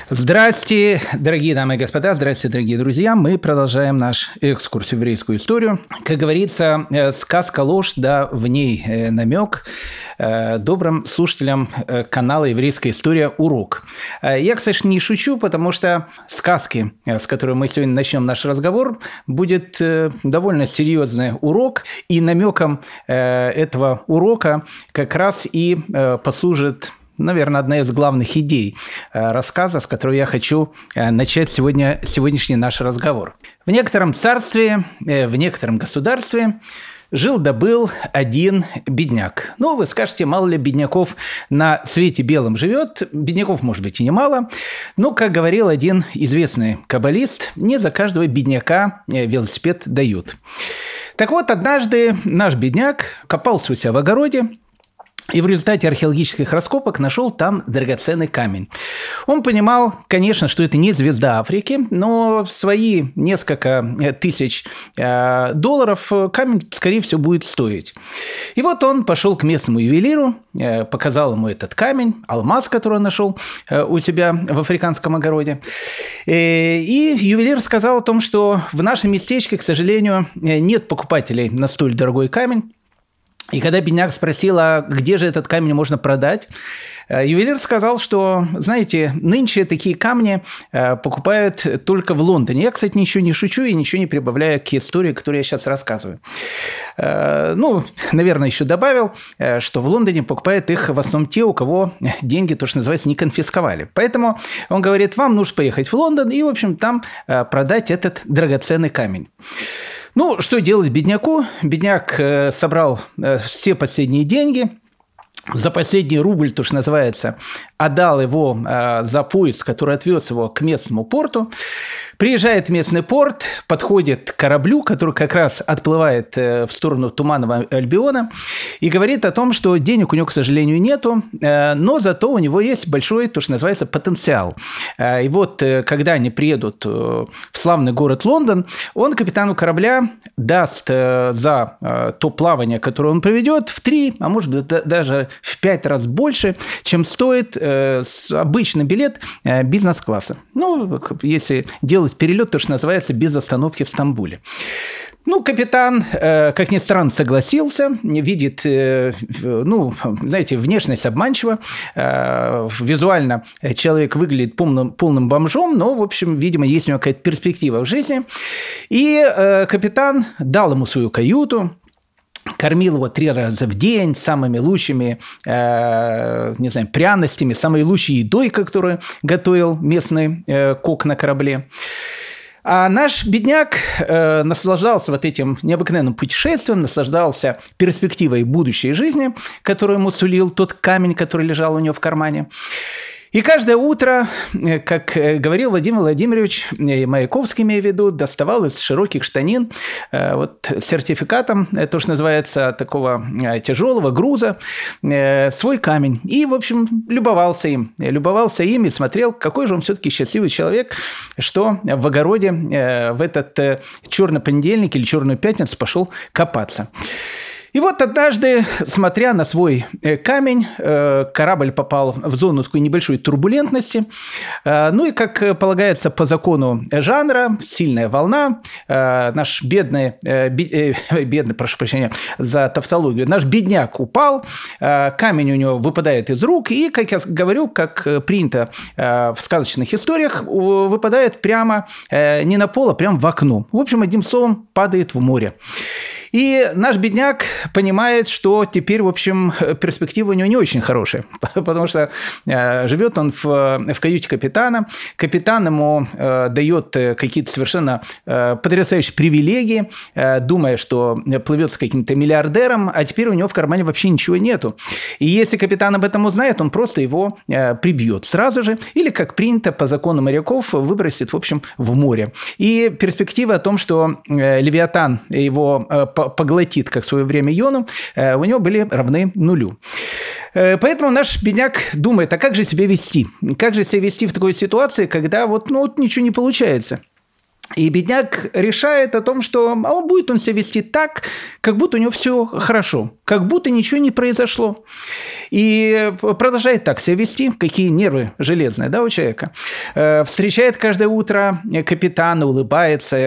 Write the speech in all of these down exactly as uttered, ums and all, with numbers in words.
Здрасте, дорогие дамы и господа, здрасте, дорогие друзья. Мы продолжаем наш экскурс в еврейскую историю. Как говорится, сказка ложь, да в ней намек. Добрым слушателям канала «Еврейская история. Урок». Я, кстати, не шучу, потому что сказки, с которой мы сегодня начнем наш разговор, будет довольно серьезный урок, и намеком этого урока как раз и послужит, наверное, одна из главных идей рассказа, с которой я хочу начать сегодня, сегодняшний наш разговор. В некотором царстве, в некотором государстве жил да был один бедняк. Ну, вы скажете, мало ли бедняков на свете белом живет. Бедняков, может быть, и немало. Но, как говорил один известный каббалист, не за каждого бедняка велосипед дают. Так вот, однажды наш бедняк копался у себя в огороде, и в результате археологических раскопок нашел там драгоценный камень. Он понимал, конечно, что это не звезда Африки, но свои несколько тысяч долларов камень, скорее всего, будет стоить. И вот он пошел к местному ювелиру, показал ему этот камень, алмаз, который он нашел у себя в африканском огороде. И ювелир сказал о том, что в нашем местечке, к сожалению, нет покупателей на столь дорогой камень. И когда бедняк спросил, а где же этот камень можно продать, ювелир сказал, что, знаете, нынче такие камни покупают только в Лондоне. Я, кстати, ничего не шучу и ничего не прибавляю к истории, которую я сейчас рассказываю. Ну, наверное, еще добавил, что в Лондоне покупают их в основном те, у кого деньги, то, что называется, не конфисковали. Поэтому он говорит, вам нужно поехать в Лондон и, в общем, там продать этот драгоценный камень. Ну, что делать бедняку? Бедняк э, собрал э, все последние деньги, за последний рубль, то, что называется, отдал его э, за поезд, который отвез его к местному порту. Приезжает в местный порт, подходит к кораблю, который как раз отплывает в сторону Туманного Альбиона, и говорит о том, что денег у него, к сожалению, нету, но зато у него есть большой, то, что называется, потенциал. И вот, когда они приедут в славный город Лондон, он капитану корабля даст за то плавание, которое он проведет, в три, а может быть даже в пять раз больше, чем стоит обычный билет бизнес-класса. Ну, если делать перелет, то, что называется, без остановки в Стамбуле. Ну, капитан, как ни странно, согласился, видит, ну, знаете, внешность обманчива, визуально человек выглядит полным, полным бомжом, но, в общем, видимо, есть у него какая-то перспектива в жизни. И капитан дал ему свою каюту, кормил его три раза в день самыми лучшими, э, не знаю, пряностями, самой лучшей едой, которую готовил местный э, кок на корабле. А наш бедняк э, наслаждался вот этим необыкновенным путешествием, наслаждался перспективой будущей жизни, которую ему сулил тот камень, который лежал у него в кармане. И каждое утро, как говорил Владимир Владимирович Маяковский, имею в виду, доставал из широких штанин вот сертификатом, то, что называется, такого тяжелого груза, свой камень. И, в общем, любовался им. Любовался им и смотрел, какой же он все-таки счастливый человек, что в огороде в этот черный понедельник или черную пятницу пошел копаться. И вот однажды, смотря на свой камень, корабль попал в зону такой небольшой турбулентности. Ну и, как полагается по закону жанра, сильная волна. Наш бедный, бедный, прошу прощения за тавтологию, наш бедняк упал, камень у него выпадает из рук, и, как я говорю, как принято в сказочных историях, выпадает прямо не на пол, а прямо в окно. В общем, одним словом, падает в море. И наш бедняк понимает, что теперь, в общем, перспектива у него не очень хорошая, потому что живет он в, в каюте капитана, капитан ему дает какие-то совершенно потрясающие привилегии, думая, что плывет с каким-то миллиардером, а теперь у него в кармане вообще ничего нету. И если капитан об этом узнает, он просто его прибьет сразу же, или, как принято по закону моряков, выбросит, в общем, в море. И перспектива о том, что Левиатан его поглотит, как в свое время Йону, у него были равны нулю. Поэтому наш бедняк думает, а как же себя вести? Как же себя вести в такой ситуации, когда вот, ну, вот ничего не получается? И бедняк решает о том, что а он будет он себя вести так, как будто у него все хорошо, как будто ничего не произошло. И продолжает так себя вести, какие нервы железные, да, у человека. Встречает каждое утро капитана, улыбается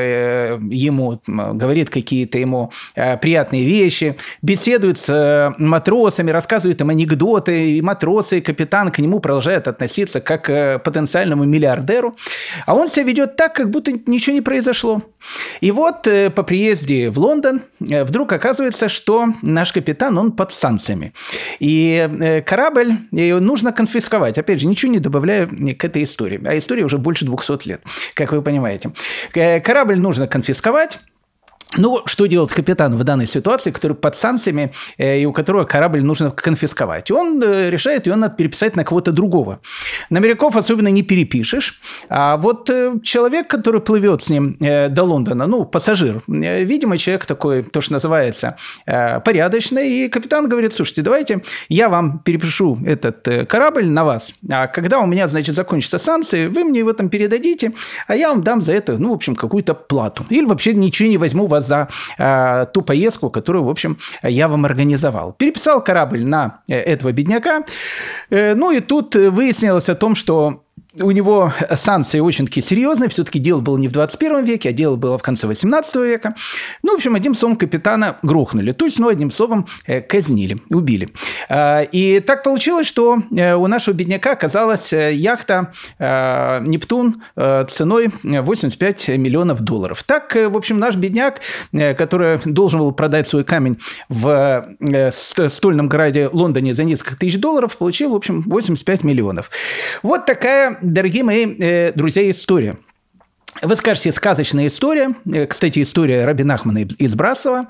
ему, говорит какие-то ему приятные вещи, беседует с матросами, рассказывает им анекдоты, и матросы, и капитан к нему продолжают относиться как к потенциальному миллиардеру. А он себя ведет так, как будто ничего не произошло. И вот по приезде в Лондон вдруг оказывается, что наш капитан, он под санкциями. И корабль нужно конфисковать. Опять же, ничего не добавляю к этой истории. А история уже больше двухсот лет, как вы понимаете. Корабль нужно конфисковать. Ну, что делать капитану в данной ситуации, который под санкциями и у которого корабль нужно конфисковать? Он решает, ее надо переписать на кого-то другого. На моряков особенно не перепишешь. А вот человек, который плывет с ним до Лондона, ну, пассажир, видимо, человек такой, то, что называется, порядочный. И капитан говорит: слушайте, давайте я вам перепишу этот корабль на вас. А когда у меня, значит, закончатся санкции, вы мне его там передадите, а я вам дам за это, ну, в общем, какую-то плату. Или вообще ничего не возьму вас за э, ту поездку, которую, в общем, я вам организовал. Переписал корабль на э, этого бедняка. Э, ну и тут выяснилось о том, что у него санкции очень-таки серьезные. Все-таки дело было не в двадцать первом веке, а дело было в конце восемнадцатого века. Ну, в общем, одним словом, капитана грохнули. То есть, ну, одним словом, казнили, убили. И так получилось, что у нашего бедняка оказалась яхта «Нептун» ценой восемьдесят пять миллионов долларов. Так, в общем, наш бедняк, который должен был продать свой камень в стольном городе Лондоне за несколько тысяч долларов, получил, в общем, восемьдесят пять миллионов. Вот такая, дорогие мои э, друзья, история. Вы скажете, сказочная история. Кстати, история Раби Нахмана из Браслова.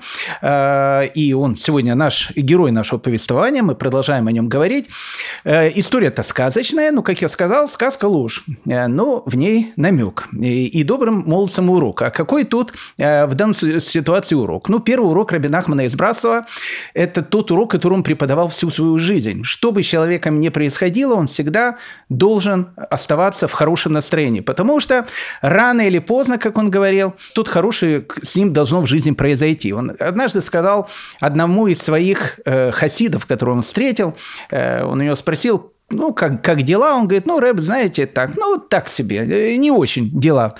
И он сегодня наш герой нашего повествования. Мы продолжаем о нем говорить. История-то сказочная. Ну, как я сказал, сказка ложь. Но в ней намек. И добрым молодцам урок. А какой тут в данной ситуации урок? Ну, первый урок Раби Нахмана из Браслова – это тот урок, который он преподавал всю свою жизнь. Что бы с человеком ни происходило, он всегда должен оставаться в хорошем настроении. Потому что рано Рано или поздно, как он говорил, тут хорошее с ним должно в жизни произойти. Он однажды сказал одному из своих э, хасидов, которого он встретил, э, он у него спросил: ну, как, как дела? Он говорит: ну, Рэб, знаете, так, ну, так себе, не очень дела.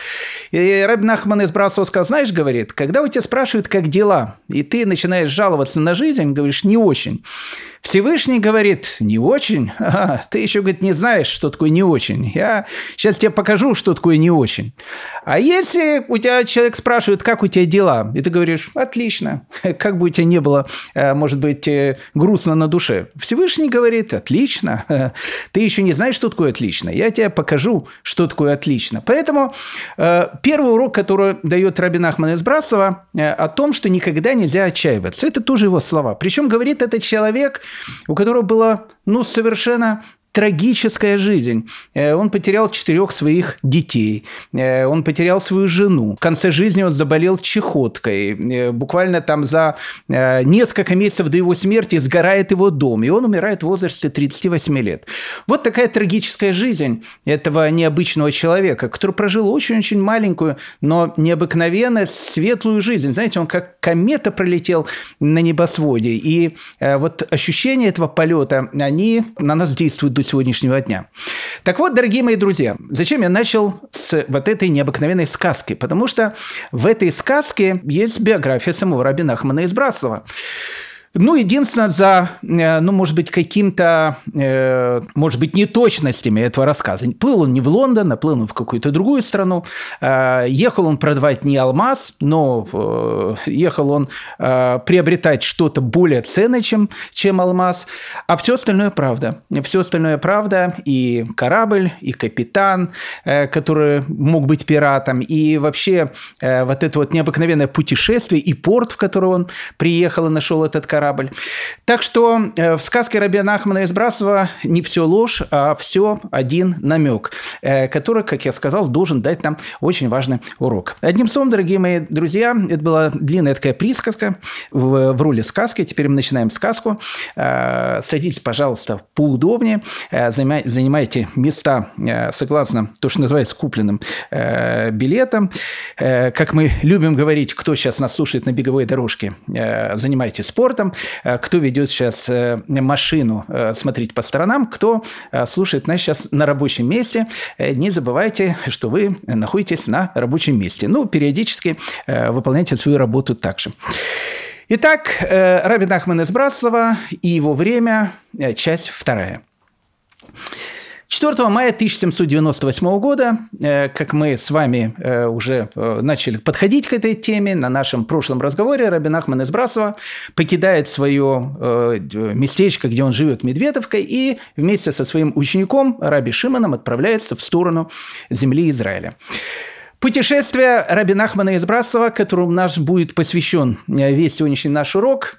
И Раби Нахман из Браслова сказал: знаешь, говорит, когда у тебя спрашивают, как дела, и ты начинаешь жаловаться на жизнь, говоришь: не очень. Всевышний говорит: не очень? А, ты еще, говорит, не знаешь, что такое не очень. Я сейчас тебе покажу, что такое не очень. А если у тебя человек спрашивает, как у тебя дела, и ты говоришь: отлично, как бы у тебя не было, может быть, грустно на душе. Всевышний говорит: отлично, ты еще не знаешь, что такое отлично. Я тебе покажу, что такое отлично. Поэтому первый урок, который дает Раби Нахман из Браслова, о том, что никогда нельзя отчаиваться. Это тоже его слова. Причем говорит этот человек, у которого была, ну, совершенно трагическая жизнь. Он потерял четырех своих детей, он потерял свою жену. В конце жизни он заболел чехоткой. Буквально там за несколько месяцев до его смерти сгорает его дом, и он умирает в возрасте тридцати восьми лет. Вот такая трагическая жизнь этого необычного человека, который прожил очень-очень маленькую, но необыкновенно светлую жизнь. Знаете, он как комета пролетел на небосводе, и вот ощущения этого полета, они на нас действуют до сегодняшнего дня. Так вот, дорогие мои друзья, зачем я начал с вот этой необыкновенной сказки? Потому что в этой сказке есть биография самого Раби Нахмана из Браслова. Ну, единственное, за, ну, может быть, каким-то, э, может быть, неточностями этого рассказа. Плыл он не в Лондон, а плыл он в какую-то другую страну. Э, ехал он продавать не алмаз, но э, ехал он э, приобретать что-то более ценное, чем, чем алмаз. А все остальное правда. Все остальное правда. И корабль, и капитан, э, который мог быть пиратом, и вообще э, вот это вот необыкновенное путешествие, и порт, в который он приехал и нашел этот корабль. Корабль. Так что в сказке Раби Нахмана из Браслова не все ложь, а все один намек. который, как я сказал, должен дать нам очень важный урок. Одним словом, дорогие мои друзья, это была длинная такая присказка в, в роли сказки. Теперь мы начинаем сказку. Садитесь, пожалуйста, поудобнее, занимайте места согласно то, что называется купленным билетом. Как мы любим говорить, кто сейчас нас слушает на беговой дорожке, занимайтесь спортом. Кто ведет сейчас машину, смотрите по сторонам. Кто слушает нас сейчас на рабочем месте, не забывайте, что вы находитесь на рабочем месте. Ну, периодически выполняйте свою работу также. Итак, Раби Нахман из Браслова и его время, часть вторая. четвёртого мая тысяча семьсот девяносто восьмого года, как мы с вами уже начали подходить к этой теме, на нашем прошлом разговоре Раби Нахман из Браслова покидает свое местечко, где он живет, Медведовка, и вместе со своим учеником Раби Шимоном отправляется в сторону земли Израиля. Путешествие Раби Нахмана из Браслова, которому наш будет посвящен весь сегодняшний наш урок,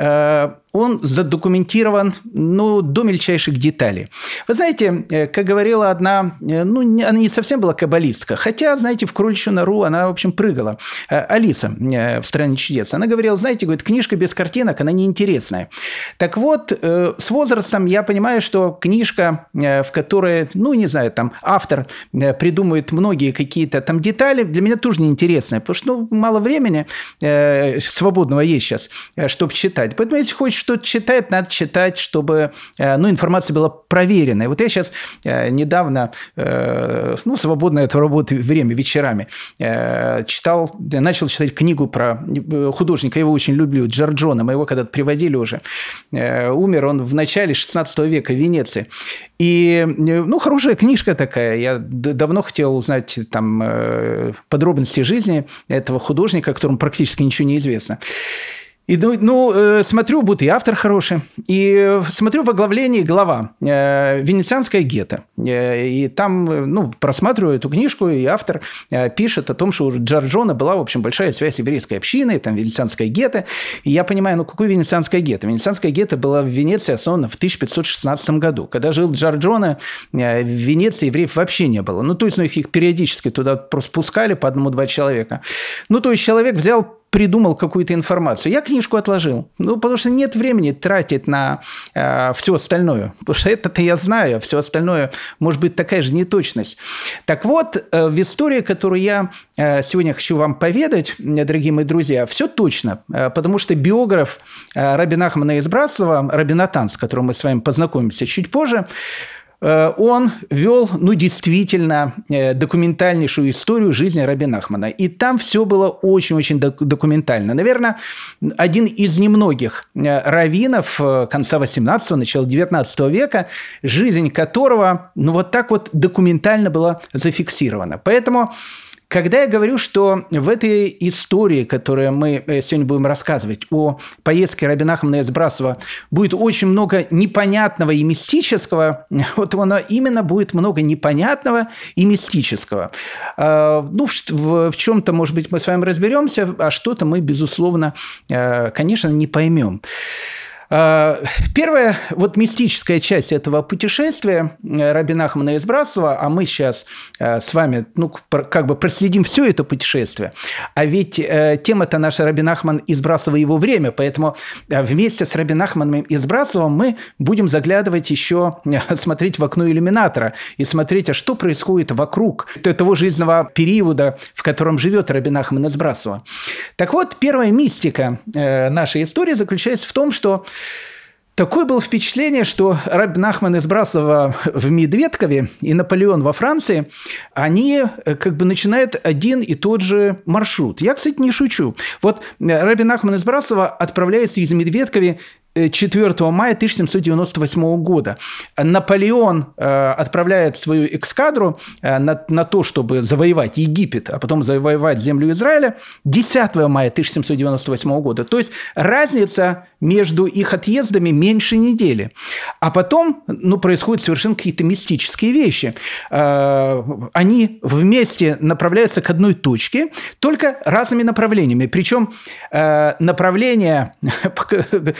он задокументирован, ну, до мельчайших деталей. Вы знаете, как говорила одна, ну, она не совсем была каббалистка, хотя, знаете, в кроличью нору она, в общем, прыгала. Алиса в «Стране чудес». Она говорила, знаете, говорит, книжка без картинок, она неинтересная. Так вот, с возрастом я понимаю, что книжка, в которой, ну, не знаю, там автор придумывает многие какие-то там детали, для меня тоже неинтересная, потому что, ну, мало времени свободного есть сейчас, чтобы читать. Поэтому, если хочешь что-то читать, надо читать, чтобы, ну, информация была проверенная. Вот я сейчас недавно, ну, свободное от работы время, вечерами, читал, начал читать книгу про художника, я его очень люблю, Джорджоне, мы его когда-то приводили уже. Умер он в начале шестнадцатого века в Венеции. И, ну, хорошая книжка такая. Я давно хотел узнать там подробности жизни этого художника, о котором практически ничего не известно. И, ну, смотрю, будто и автор хороший, и смотрю в оглавлении глава «Венецианское гетто». И там, ну, просматриваю эту книжку, и автор пишет о том, что у Джорджоне была, в общем, большая связь с еврейской общиной, там Венецианское гетто. И я понимаю, ну, какое Венецианское гетто? Венецианское гетто было в Венеции основано в тысяча пятьсот шестнадцатом году. Когда жил Джорджоне, в Венеции евреев вообще не было. Ну, то есть, ну, их периодически туда просто пускали по одному-два человека. Ну, то есть, человек взял, придумал какую-то информацию. Я книжку отложил. Ну, потому что нет времени тратить на э, все остальное. Потому что это-то я знаю, а все остальное может быть такая же неточность. Так вот, э, в истории, которую я э, сегодня хочу вам поведать, дорогие мои друзья, все точно. Э, потому что биограф э, Раби Нахмана из Браслова, Раби Натан, с которым мы с вами познакомимся чуть позже, он вел, ну, действительно документальнейшую историю жизни Раби Нахмана. И там все было очень-очень документально. Наверное, один из немногих раввинов конца восемнадцатого, начала девятнадцатого века, жизнь которого, ну, вот так вот документально была зафиксирована. Поэтому, когда я говорю, что в этой истории, которую мы сегодня будем рассказывать, о поездке Раби Нахмана из Браслова, будет очень много непонятного и мистического, вот оно именно будет много непонятного и мистического. Ну, в, в чем-то, может быть, мы с вами разберемся, а что-то мы, безусловно, конечно, не поймем. Первая вот мистическая часть этого путешествия Раби Нахмана из Браслова, а мы сейчас с вами, ну, как бы проследим все это путешествие, а ведь тема-то наша Раби Нахман из Браслова и его время, поэтому вместе с Раби Нахманом из Браслова мы будем заглядывать еще, смотреть в окно иллюминатора и смотреть, а что происходит вокруг того жизненного периода, в котором живет Раби Нахман из Браслова. Так вот, первая мистика нашей истории заключается в том, что такое было впечатление, что Раби Нахман из Браслова в Медведкове и Наполеон во Франции, они как бы начинают один и тот же маршрут. Я, кстати, не шучу. Вот Раби Нахман из Браслова отправляется из Медведкови четвёртого мая тысяча семьсот девяносто восьмого года. Наполеон э, отправляет свою эскадру э, на, на то, чтобы завоевать Египет, а потом завоевать землю Израиля десятого мая тысяча семьсот девяносто восьмого года. То есть разница между их отъездами меньше недели. А потом, ну, происходят совершенно какие-то мистические вещи. Э, они вместе направляются к одной точке, только разными направлениями. Причем э, направление, в котором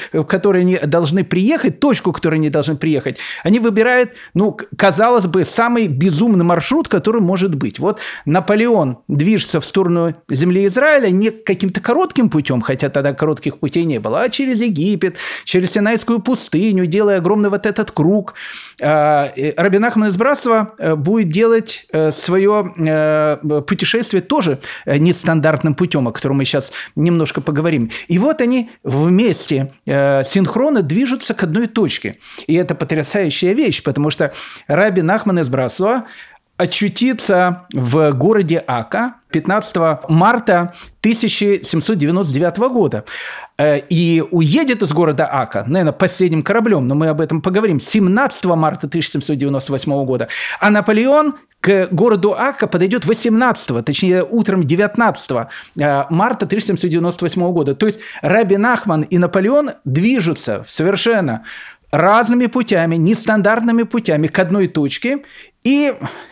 которые они должны приехать, точку, к которой они должны приехать, они выбирают, ну, казалось бы, самый безумный маршрут, который может быть. Вот Наполеон движется в сторону земли Израиля не каким-то коротким путем, хотя тогда коротких путей не было, а через Египет, через Синайскую пустыню, делая огромный вот этот круг. Раби Нахман из Браслова будет делать свое путешествие тоже нестандартным путем, о котором мы сейчас немножко поговорим. И вот они вместе синхронно движутся к одной точке. И это потрясающая вещь, потому что Раби Нахман из Браслова очутится в городе Ака пятнадцатого марта тысяча семьсот девяносто девятого года. И уедет из города Ака, наверное, последним кораблем, но мы об этом поговорим, семнадцатого марта тысяча семьсот девяносто восьмого года. А Наполеон к городу Ака подойдет восемнадцатого, точнее, утром девятнадцатого марта тысяча семьсот девяносто восьмого года. То есть Раби Нахман и Наполеон движутся совершенно разными путями, нестандартными путями к одной точке, и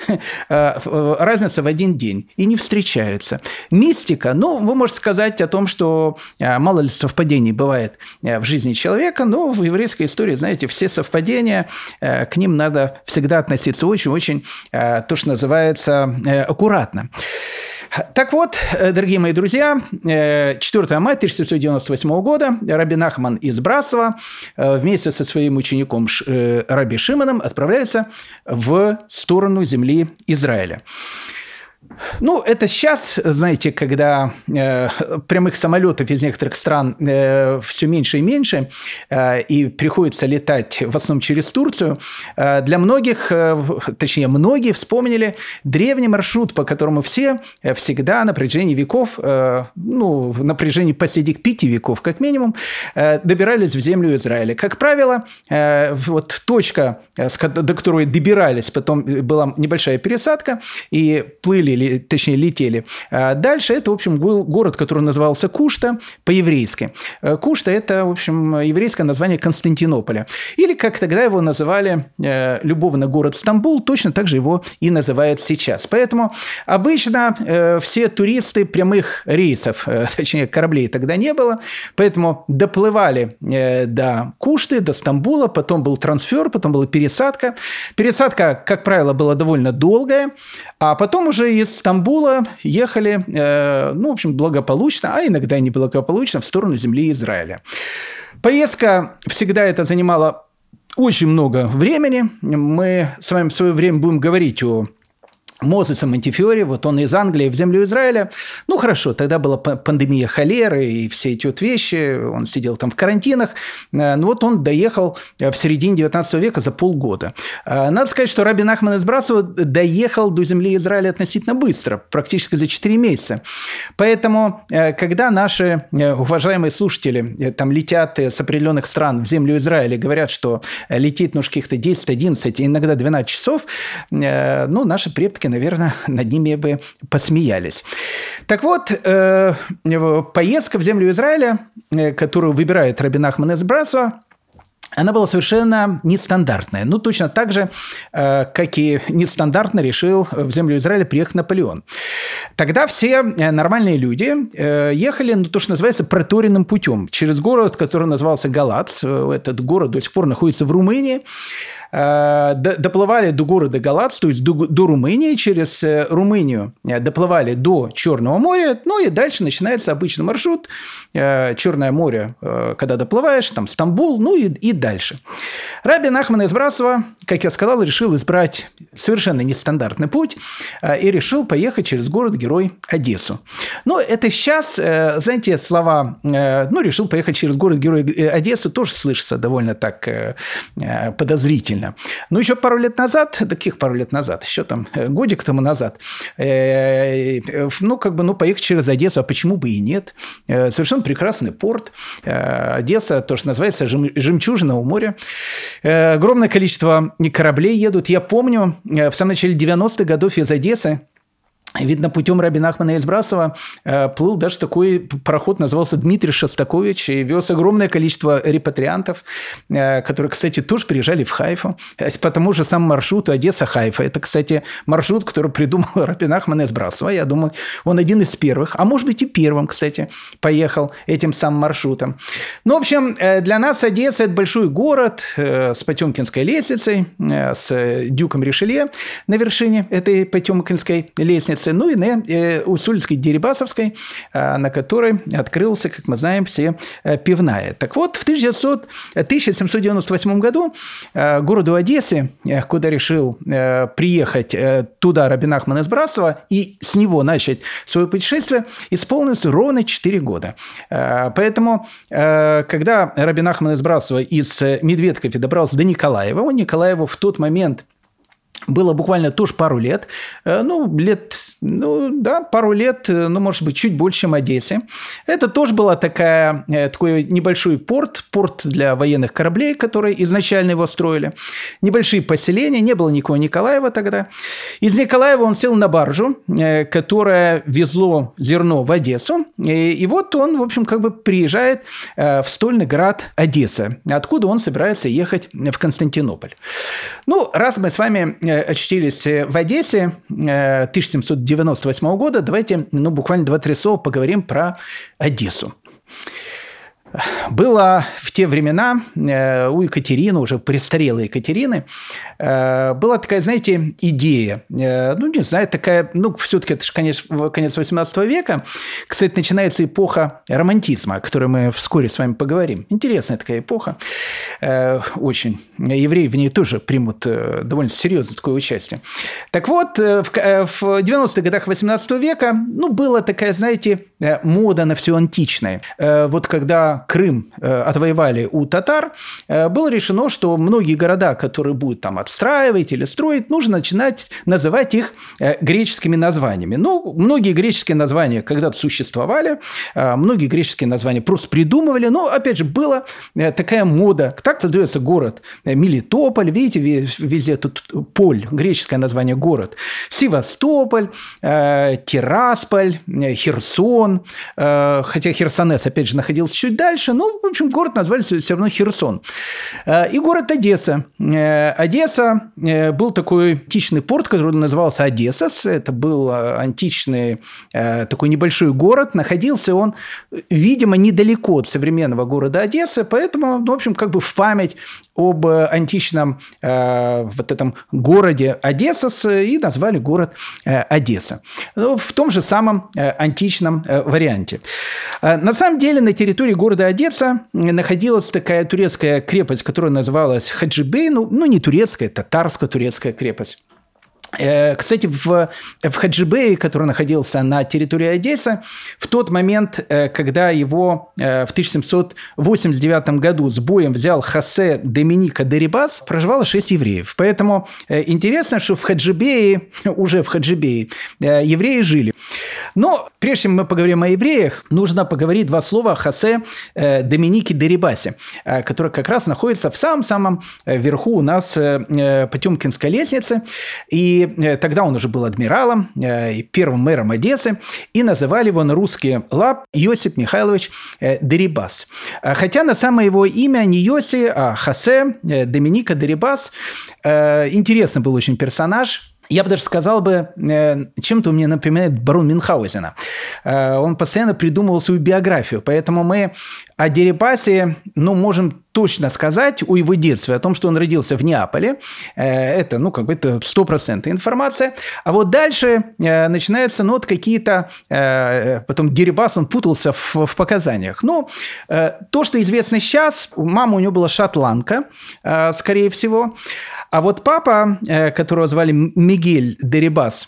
э, разница в один день, и не встречаются. Мистика, ну, вы можете сказать о том, что э, мало ли совпадений бывает э, в жизни человека, но в еврейской истории, знаете, все совпадения, э, к ним надо всегда относиться очень-очень, э, то, что называется, э, аккуратно. Так вот, дорогие мои друзья, четвёртого мая тысяча семьсот девяносто восьмого года Раби Нахман из Браслова вместе со своим учеником Раби Шимоном отправляется в сторону земли Израиля. Ну, это сейчас, знаете, когда э, прямых самолетов из некоторых стран э, все меньше и меньше, э, и приходится летать в основном через Турцию, э, для многих, э, точнее, многие вспомнили древний маршрут, по которому все всегда на протяжении веков, э, ну, на протяжении последних пяти веков, как минимум, э, добирались в землю Израиля. Как правило, э, вот точка, до которой добирались, потом была небольшая пересадка, и плыли или, точнее, летели. Дальше это, в общем, был город, который назывался Кушта по-еврейски. Кушта – это, в общем, еврейское название Константинополя. Или, как тогда его называли, любовно город Стамбул, точно так же его и называют сейчас. Поэтому обычно все туристы прямых рейсов, точнее, кораблей тогда не было, поэтому доплывали до Кушты, до Стамбула, потом был трансфер, потом была пересадка. Пересадка, как правило, была довольно долгая, а потом уже из Стамбула ехали, э, ну, в общем, благополучно, а иногда и неблагополучно, в сторону земли Израиля. Поездка всегда это занимала очень много времени. Мы с вами в свое время будем говорить о Мозесе Монтифиоре, вот он из Англии в землю Израиля. Ну, хорошо, тогда была пандемия холеры и все эти вот вещи, он сидел там в карантинах. Ну, вот он доехал в середине девятнадцатого века за полгода. Надо сказать, что Раби Нахман из Браслова доехал до земли Израиля относительно быстро, практически за четыре месяца. Поэтому, когда наши уважаемые слушатели там летят с определенных стран в землю Израиля, говорят, что летит, ну, каких-то десять, одиннадцать, иногда двенадцать часов, ну, наши предки, наверное, над ними бы посмеялись. Так вот, э, поездка в землю Израиля, э, которую выбирает Раби Нахман из Браслова, она была совершенно нестандартная. Ну, точно так же, э, как и нестандартно решил в землю Израиля приехать Наполеон. Тогда все нормальные люди э, ехали, ну, то, что называется, проторенным путем. Через город, который назывался Галац. Этот город до сих пор находится в Румынии. Доплывали до города Галац, то есть до, до Румынии, через Румынию доплывали до Черного моря, ну и дальше начинается обычный маршрут. Черное море, когда доплываешь, там Стамбул, ну и, и дальше. Раби Нахман из Браслова, как я сказал, решил избрать совершенно нестандартный путь и решил поехать через город-герой Одессу. Но это сейчас, знаете, слова, ну, решил поехать через город-герой Одессу, тоже слышится довольно так подозрительно. Ну, еще пару лет назад, таких пару лет назад, еще там годик тому назад, ну, как бы, ну, поехать через Одессу, а почему бы и нет? Совершенно прекрасный порт. Одесса, то, что называется, жемчужина у моря. Огромное количество кораблей едут. Я помню, в самом начале девяностых годов из Одессы Видно, путем раби Нахмана из Браслова э, плыл даже такой пароход, назывался Дмитрий Шостакович, и вез огромное количество репатриантов, э, которые, кстати, тоже приезжали в Хайфу по тому же самому маршруту Одесса-Хайфа. Это, кстати, маршрут, который придумал раби Нахман из Браслова. Я думаю, он один из первых, а может быть и первым, кстати, поехал этим самым маршрутом. Ну, в общем, э, для нас Одесса – это большой город э, с Потемкинской лестницей, э, с дюком Ришелье на вершине этой Потемкинской лестницы. Ну и на э, Усольской Дерибасовской, э, на которой открылся, как мы знаем, все э, пивная. Так вот, в тысяча семьсот девяносто восьмом году э, городу Одессе, э, куда решил э, приехать э, туда раби Нахман из Браслова и с него начать свое путешествие, исполнилось ровно четыре года. Э, поэтому, э, когда раби Нахман из Браслова из Медведковки добрался до Николаева, у Николаева в тот момент было буквально тоже пару лет, ну, лет, ну, да, пару лет, ну, может быть, чуть больше, чем Одессе. Это тоже была такая, такой небольшой порт, порт для военных кораблей, которые изначально его строили. Небольшие поселения, не было никакого Николаева тогда. Из Николаева он сел на баржу, которая везло зерно в Одессу. И, и вот он, в общем, как бы приезжает в стольный град Одесса, откуда он собирается ехать в Константинополь. Ну, раз мы с вами очутились в Одессе тысяча семьсот девяносто восьмого года, давайте, ну, буквально два-три слова поговорим про Одессу. Было в те времена у Екатерины, уже престарелой Екатерины, была такая, знаете, идея, ну, не знаю, такая, ну, все-таки это же конец, конец восемнадцатого века, кстати, начинается эпоха романтизма, о которой мы вскоре с вами поговорим. Интересная такая эпоха, очень. Евреи в ней тоже примут довольно серьезное такое участие. Так вот, в девяностых годах восемнадцатого века, ну, была такая, знаете, мода на все античное. Вот когда Крым отвоевали у татар, было решено, что многие города, которые будут там отстраивать или строить, нужно начинать называть их греческими названиями. Ну, многие греческие названия когда-то существовали, многие греческие названия просто придумывали, но, опять же, была такая мода. Так создается город Мелитополь, видите, везде тут поль, греческое название город, Севастополь, Тирасполь, Херсон, хотя Херсонес, опять же, находился чуть дальше. Ну, в общем, город назвали все равно Херсон. И город Одесса. Одесса был такой античный порт, который назывался Одессос. Это был античный такой небольшой город. Находился он, видимо, недалеко от современного города Одессы, поэтому, ну, в общем, как бы в память об античном вот этом городе Одессос и назвали город Одесса. В том же самом античном варианте. На самом деле на территории города Одесса находилась такая турецкая крепость, которая называлась Хаджибей, ну, ну не турецкая, татарско-турецкая крепость. Кстати, в, в Хаджибее, который находился на территории Одессы, в тот момент, когда его в тысяча семьсот восемьдесят девятом году с боем взял Хосе Доминика де Рибас, проживало шесть евреев. Поэтому интересно, что в Хаджибее, уже в Хаджибее, евреи жили. Но прежде чем мы поговорим о евреях, нужно поговорить два слова о Хосе Доминике де Рибасе, который как раз находится в самом-самом верху у нас Потемкинской лестницы. И тогда он уже был адмиралом, первым мэром Одессы, и называли его на русский лад Иосиф Михайлович де Рибас. Хотя на самое его имя не Йоси, а Хосе Доминика де Рибас. Интересный был очень персонаж. Я бы даже сказал бы, чем-то мне напоминает барон Мюнхгаузена. Он постоянно придумывал свою биографию, поэтому мы о де Рибасе, ну, можем точно сказать о его детстве, о том, что он родился в Неаполе. Это, ну, как бы это стопроцентная информация. А вот дальше начинаются, ну, вот какие-то... Потом де Рибас, он путался в, в показаниях. Ну, то, что известно сейчас, мама у него была шотландка, скорее всего. А вот папа, которого звали Мигель де Рибас,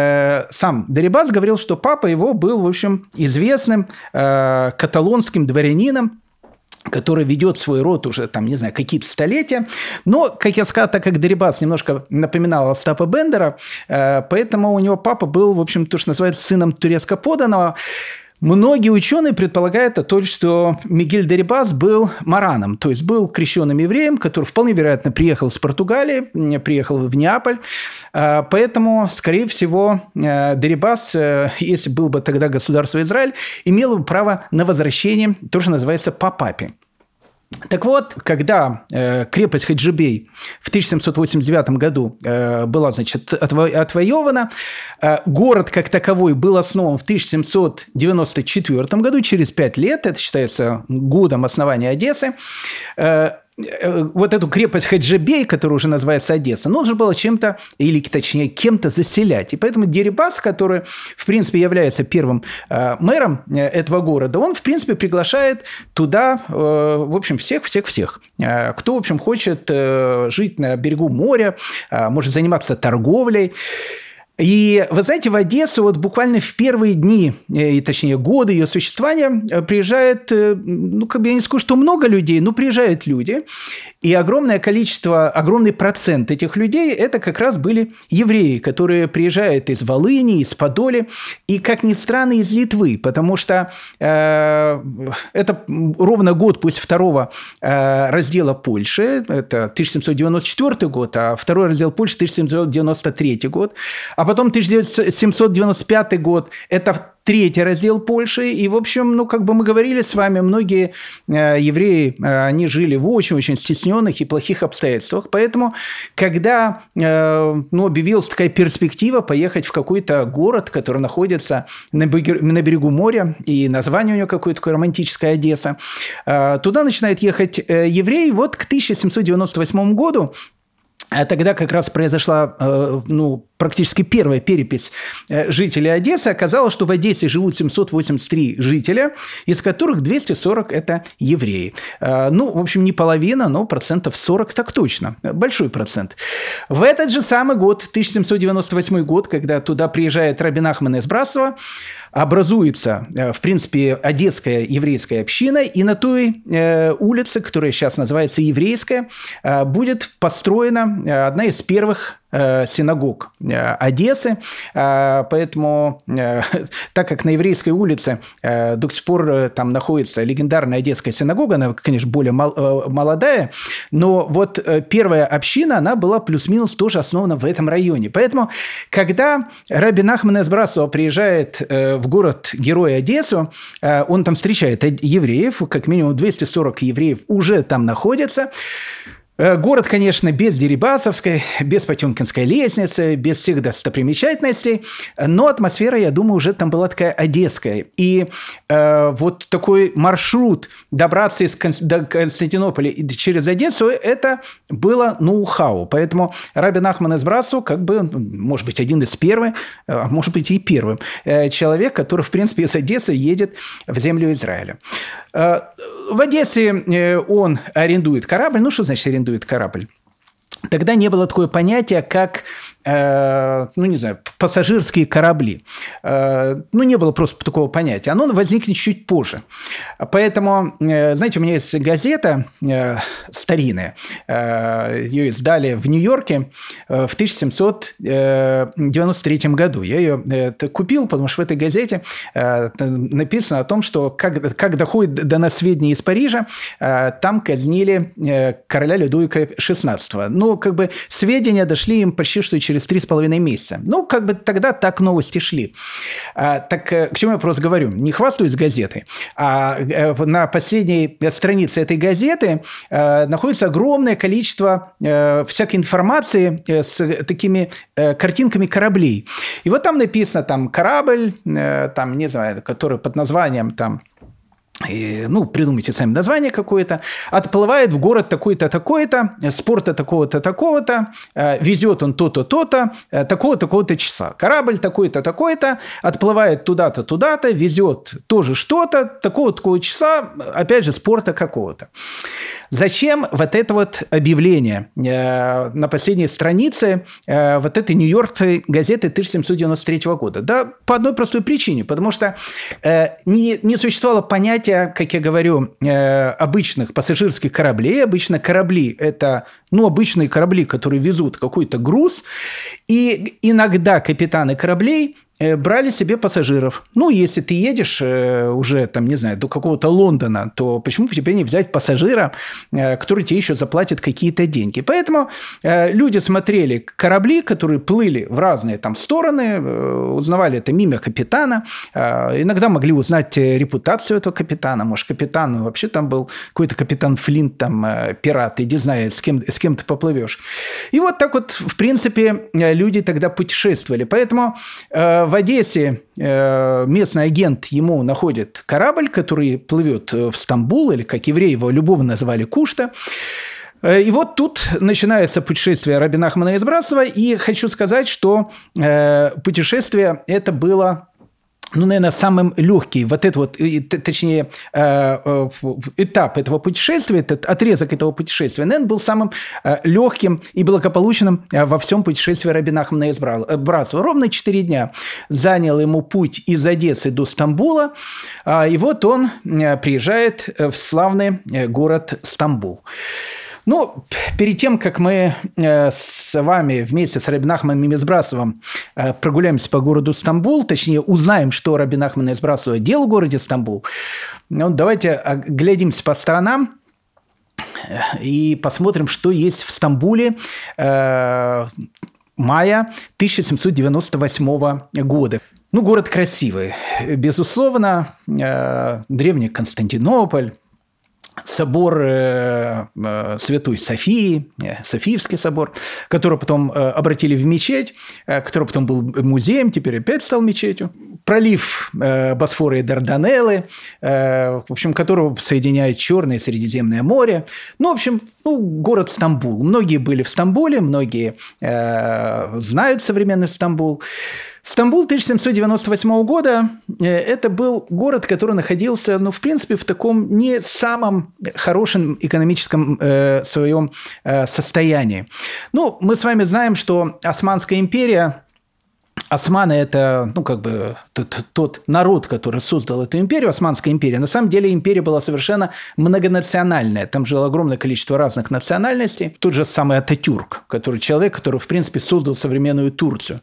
сам де Рибас говорил, что папа его был, в общем, известным каталонским дворянином, который ведет свой род уже, там, не знаю, какие-то столетия. Но, как я сказал, так как де Рибас немножко напоминал Остапа Бендера, поэтому у него папа был, в общем, то, что называется, сыном турецко-подданного. Многие ученые предполагают то, что Мигель де Рибас был мараном, то есть был крещенным евреем, который вполне вероятно приехал с Португалии, приехал в Неаполь. Поэтому, скорее всего, де Рибас, если был бы тогда государство Израиль, имел бы право на возвращение, то, что называется, по папе. Так вот, когда э, крепость Хаджибей в тысяча семьсот восемьдесят девятом году э, была, значит, отво- отвоевана, э, город как таковой был основан в тысяча семьсот девяносто четвёртом году, через пять лет, это считается годом основания Одессы. Э, вот эту крепость Хаджибей, которая уже называется Одесса, нужно было чем-то, или точнее кем-то заселять. И поэтому де Рибас, который, в принципе, является первым э, мэром этого города, он, в принципе, приглашает туда, э, в общем, всех-всех-всех. Э, кто, в общем, хочет э, жить на берегу моря, э, может заниматься торговлей. И, вы знаете, в Одессу вот буквально в первые дни, и, точнее, годы ее существования приезжает, ну, как бы я не скажу, что много людей, но приезжают люди, и огромное количество, огромный процент этих людей – это как раз были евреи, которые приезжают из Волыни, из Подоли, и, как ни странно, из Литвы, потому что э, это ровно год после второго э, раздела Польши, это тысяча семьсот девяносто четвёртый год, а второй раздел Польши – тысяча семьсот девяносто третий год. А потом тысяча семьсот девяносто пятый год – это третий раздел Польши. И, в общем, ну, как бы мы говорили с вами, многие э, евреи, э, они жили в очень-очень стесненных и плохих обстоятельствах. Поэтому, когда э, ну, объявилась такая перспектива поехать в какой-то город, который находится на берегу, на берегу моря, и название у него какое-то такое романтическое Одесса, э, туда начинают ехать э, евреи. Вот к тысяча семьсот девяносто восьмому году, а тогда как раз произошла ну, практически первая перепись жителей Одессы. Оказалось, что в Одессе живут семьсот восемьдесят три жителя, из которых двести сорок – это евреи. Ну, в общем, не половина, но процентов сорок так точно. Большой процент. В этот же самый год, тысяча семьсот девяносто восьмой год, когда туда приезжает Раби Нахман из Браслова, образуется, в принципе, одесская еврейская община, и на той улице, которая сейчас называется Еврейская, будет построена одна из первых синагог Одессы. Поэтому, так как на Еврейской улице до сих пор там находится легендарная Одесская синагога, она, конечно, более молодая, но вот первая община, она была плюс-минус тоже основана в этом районе. Поэтому, когда Раби Нахман из Браслова приезжает в город-герой Одессу, он там встречает евреев, как минимум двести сорок евреев уже там находятся. Город, конечно, без Дерибасовской, без Потемкинской лестницы, без всех достопримечательностей, но атмосфера, я думаю, уже там была такая одесская. И э, вот такой маршрут добраться из Кон- до Константинополя через Одессу – это было ноу-хау. Поэтому Раби Нахман из Браслова, как бы, может быть, один из первых, а может быть, и первым э, человек, который, в принципе, из Одессы едет в землю Израиля. Э, в Одессе э, он арендует корабль. Ну, что значит арендует? корабль. Тогда не было такое понятие, как, э, ну, не знаю, пассажирские корабли. Э, ну, не было просто такого понятия. Оно возникнет чуть позже. Поэтому, э, знаете, у меня есть газета э, старинная. Э, ее издали в Нью-Йорке э, в тысяча семьсот девяносто третьем году. Я ее э, купил, потому что в этой газете э, написано о том, что как, как доходит до нас сведения из Парижа, э, там казнили э, короля Людовика шестнадцатого. Ну, как бы сведения дошли им почти что через три с половиной месяца. Ну, как бы тогда так новости шли. А, так к чему я просто говорю? Не хвастаюсь газетой, а на последней странице этой газеты а, находится огромное количество а, всякой информации а, с такими а, картинками кораблей. И вот там написано, там, корабль, а, там, не знаю, который под названием, там, И, ну, придумайте сами название какое-то, отплывает в город такой-то, такой-то, с порта такого-то, такого-то, везет он то-то, то-то, такого-то, такого-то часа. Корабль такой-то, такой-то, отплывает туда-то, туда-то, везет тоже что-то, такого-то, такого часа, опять же, с порта какого-то. Зачем вот это вот объявление на последней странице вот этой нью-йоркской газеты тысяча семьсот девяносто третьего года? Да, по одной простой причине, потому что не, не существовало понятия, как я говорю, обычных пассажирских кораблей. Обычно корабли – это, ну, обычные корабли, которые везут какой-то груз, и иногда капитаны кораблей брали себе пассажиров. Ну, если ты едешь уже, там, не знаю, до какого-то Лондона, то почему бы тебе не взять пассажира, который тебе еще заплатит какие-то деньги? Поэтому люди смотрели корабли, которые плыли в разные там стороны, узнавали это имя капитана, иногда могли узнать репутацию этого капитана. Может, капитан вообще там был какой-то капитан Флинт, там, пират, и не знаю, с кем, с кем ты поплывешь. И вот так вот, в принципе, люди тогда путешествовали. Поэтому в Одессе местный агент ему находит корабль, который плывет в Стамбул, или, как евреи его любовно называли, Кушта. И вот тут начинается путешествие Рабина Ахмана из Братства. И хочу сказать, что путешествие это было... Ну, наверное, самым легкий, вот это вот, точнее, этап этого путешествия, этот отрезок этого путешествия, наверное, был самым легким и благополучным во всем путешествии Рабина Ахмана из Братства. Ровно четыре дня занял ему путь из Одессы до Стамбула, и вот он приезжает в славный город Стамбул. Ну, перед тем, как мы с вами вместе с Рабин Ахманом из Братством прогуляемся по городу Стамбул, точнее, узнаем, что Рабин Ахман из Братства делал в городе Стамбул, ну, давайте оглядимся по сторонам и посмотрим, что есть в Стамбуле мая тысяча семьсот девяносто восьмого года. Ну, город красивый, безусловно, древний Константинополь, собор э, э, Святой Софии, э, Софиевский собор, который потом э, обратили в мечеть, э, который потом был музеем, теперь опять стал мечетью. Пролив э, Босфора и Дарданеллы, э, в общем, которого соединяет Черное и Средиземное море. Ну, в общем, ну, город Стамбул. Многие были в Стамбуле, многие э, знают современный Стамбул. Стамбул тысяча семьсот девяносто восьмого года – это был город, который находился, ну, в принципе, в таком не самом хорошем экономическом э, своем э, состоянии. Ну, мы с вами знаем, что Османская империя, османы – это, ну, как бы тот, тот народ, который создал эту империю, Османская империя. На самом деле империя была совершенно многонациональная. Там жило огромное количество разных национальностей. Тот же самый Ататюрк, который человек, который, в принципе, создал современную Турцию.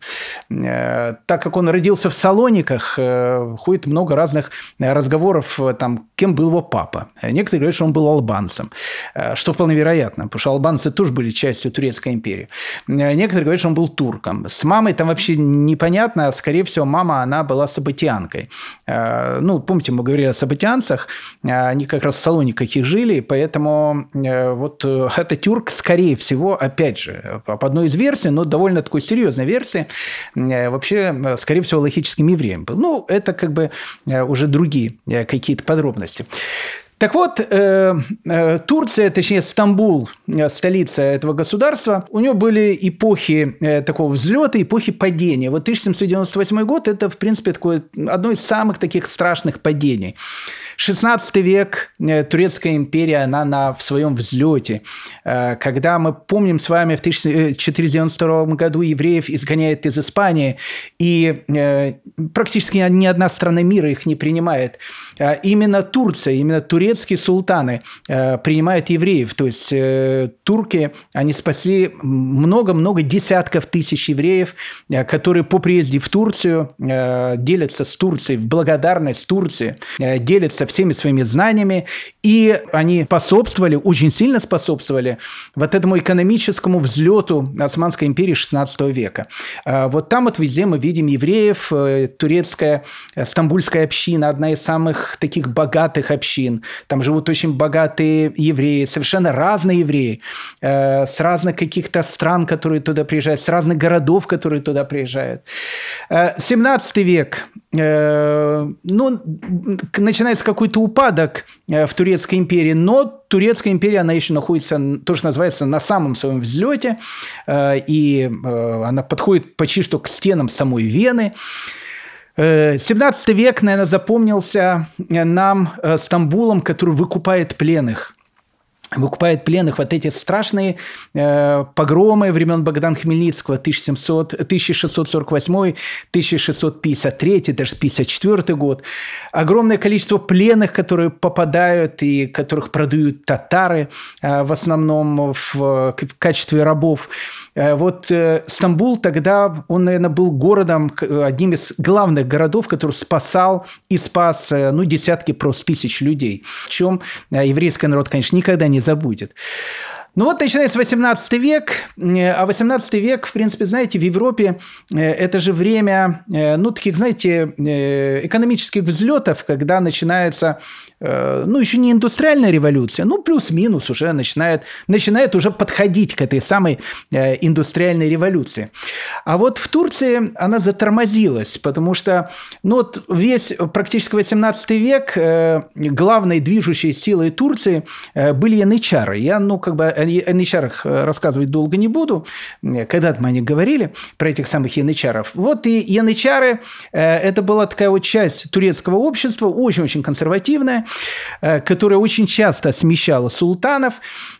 Так как он родился в Салониках, ходит много разных разговоров, там, кем был его папа. Некоторые говорят, что он был албанцем, что вполне вероятно, потому что албанцы тоже были частью Турецкой империи. Некоторые говорят, что он был турком. С мамой там вообще непонятно, скорее всего, мама, она была сабатианкой. Ну, помните, мы говорили о сабатианцах, они как раз в Салониках их жили, поэтому вот Ататюрк, скорее всего, опять же, по одной из версий, но довольно такой серьезной версии, вообще, скорее всего, логическим евреем был. Ну, это как бы уже другие какие-то подробности. Так вот, э, э, Турция, точнее Стамбул, столица этого государства, у нее были эпохи э, такого взлета, эпохи падения. Вот тысяча семьсот девяносто восьмой год – это, в принципе, такое, одно из самых таких страшных падений. шестнадцатый век, э, Турецкая империя, она на, в своем взлете. Э, когда мы помним с вами, в тысяча четыреста девяносто втором году евреев изгоняют из Испании, и э, практически ни одна страна мира их не принимает. Э, именно Турция, именно Турция, турецкие султаны э, принимают евреев. То есть э, турки, они спасли много-много десятков тысяч евреев, э, которые по приезде в Турцию э, делятся с Турцией, в благодарность Турции, э, делятся всеми своими знаниями. И они способствовали, очень сильно способствовали вот этому экономическому взлету Османской империи шестнадцатого века. Э, вот там вот везде мы видим евреев. Э, турецкая, э, стамбульская община, одна из самых таких богатых общин. Там живут очень богатые евреи, совершенно разные евреи, э, с разных каких-то стран, которые туда приезжают, с разных городов, которые туда приезжают. Э, семнадцатый век. Э, ну, начинается какой-то упадок э, в Турецкой империи, но Турецкая империя, она еще находится, то, что называется, на самом своем взлете, э, и э, она подходит почти что к стенам самой Вены. семнадцатый век, наверное, запомнился нам Стамбулом, который выкупает пленных. Выкупает пленных вот эти страшные э, погромы времен Богдана Хмельницкого тысяча шестьсот сорок восьмой - тысяча шестьсот пятьдесят третий, даже пятьдесят четвёртый год. Огромное количество пленных, которые попадают и которых продают татары э, в основном в, в качестве рабов. вот Стамбул тогда, он, наверное, был городом, одним из главных городов, который спасал и спас, ну, десятки просто тысяч людей, о чем еврейский народ, конечно, никогда не забудет. Ну вот начинается восемнадцатый век, а восемнадцатый век, в принципе, знаете, в Европе это же время, ну, таких, знаете, экономических взлетов, когда начинается, ну, еще не индустриальная революция, ну, плюс-минус уже начинает, начинает уже подходить к этой самой индустриальной революции. А вот в Турции она затормозилась, потому что, ну, вот весь практически восемнадцатый век главной движущей силой Турции были янычары. Я, ну, как бы о янычарах рассказывать долго не буду. Когда-то мы о них говорили, про этих самых янычаров. Вот и янычары – это была такая вот часть турецкого общества, очень-очень консервативная, которая очень часто смещала султанов.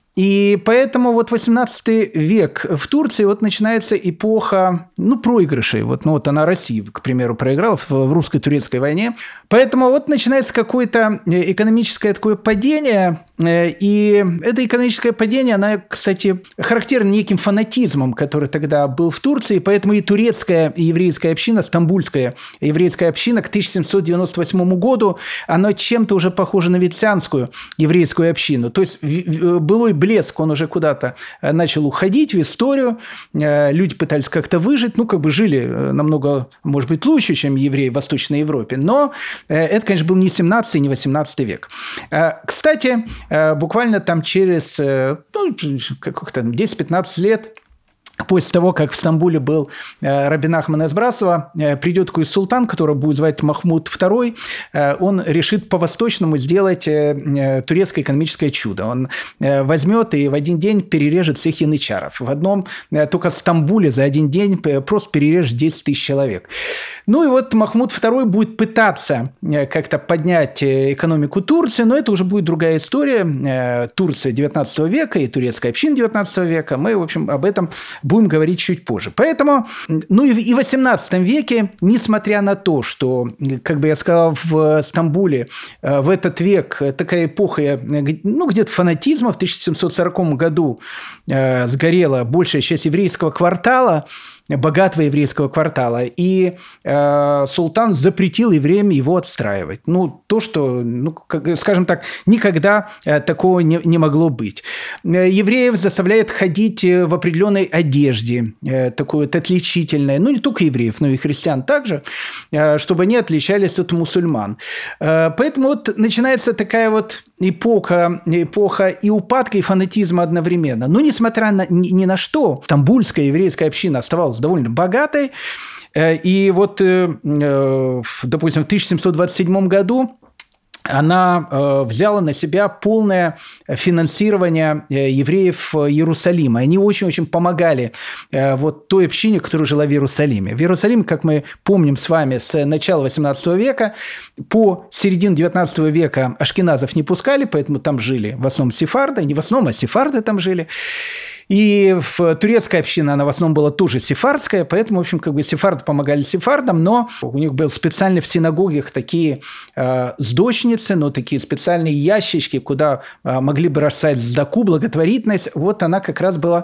И поэтому вот восемнадцатый век в Турции вот начинается эпоха, ну, проигрышей. Вот, ну, вот она России, к примеру, проиграла в, в русско-турецкой войне. Поэтому вот начинается какое-то экономическое такое падение. И это экономическое падение, оно, кстати, характерно неким фанатизмом, который тогда был в Турции. Поэтому и турецкая, и еврейская община, стамбульская еврейская община к тысяча семьсот девяносто восьмому году, она чем-то уже похожа на венецианскую еврейскую общину. То есть былой блеск, он уже куда-то начал уходить в историю. Люди пытались как-то выжить. Ну, как бы жили намного, может быть, лучше, чем евреи в Восточной Европе. Но это, конечно, был не семнадцатый, не восемнадцатый век. Кстати, буквально там через, ну, как-то десять-пятнадцать лет после того, как в Стамбуле был Рабин Ахмед Эсбрасова, придет такой султан, которого будет звать Махмуд второй, он решит по-восточному сделать турецкое экономическое чудо. Он возьмет и в один день перережет всех янычаров. В одном только Стамбуле за один день просто перережет десять тысяч человек. Ну и вот Махмуд второй будет пытаться как-то поднять экономику Турции, но это уже будет другая история. Турция девятнадцатого века и турецкая община девятнадцатого века. Мы, в общем, об этом будем говорить чуть позже. Поэтому, ну и в восемнадцатом веке, несмотря на то, что, как бы я сказал, в Стамбуле в этот век такая эпоха, ну, где-то фанатизма, в тысяча семьсот сороковом году сгорела большая часть еврейского квартала, богатого еврейского квартала, и э, султан запретил евреям его отстраивать. Ну, то, что, ну, как, скажем так, никогда э, такого не, не могло быть. Евреев заставляют ходить в определенной одежде, э, такой вот отличительной, ну, не только евреев, но и христиан также, э, чтобы они отличались от мусульман. Э, поэтому вот начинается такая вот эпоха, эпоха и упадка, и фанатизма одновременно. Но, несмотря на, ни, ни на что, стамбульская еврейская община оставалась довольно богатой. И вот, допустим, в тысяча семьсот двадцать седьмом году она взяла на себя полное финансирование евреев Иерусалима. Они очень-очень помогали вот той общине, которая жила в Иерусалиме. В Иерусалиме, как мы помним с вами, с начала восемнадцатого века по середину девятнадцатого века ашкеназов не пускали, поэтому там жили в основном сефарды, не в основном, а сефарды там жили. И в турецкая община, она в основном была тоже сефардская, поэтому, в общем, как бы сефарды помогали сефардам, но у них были специально в синагогах такие э, сдочницы, ну, такие специальные ящички, куда э, могли бы бросать сдаку, благотворительность. Вот она как раз была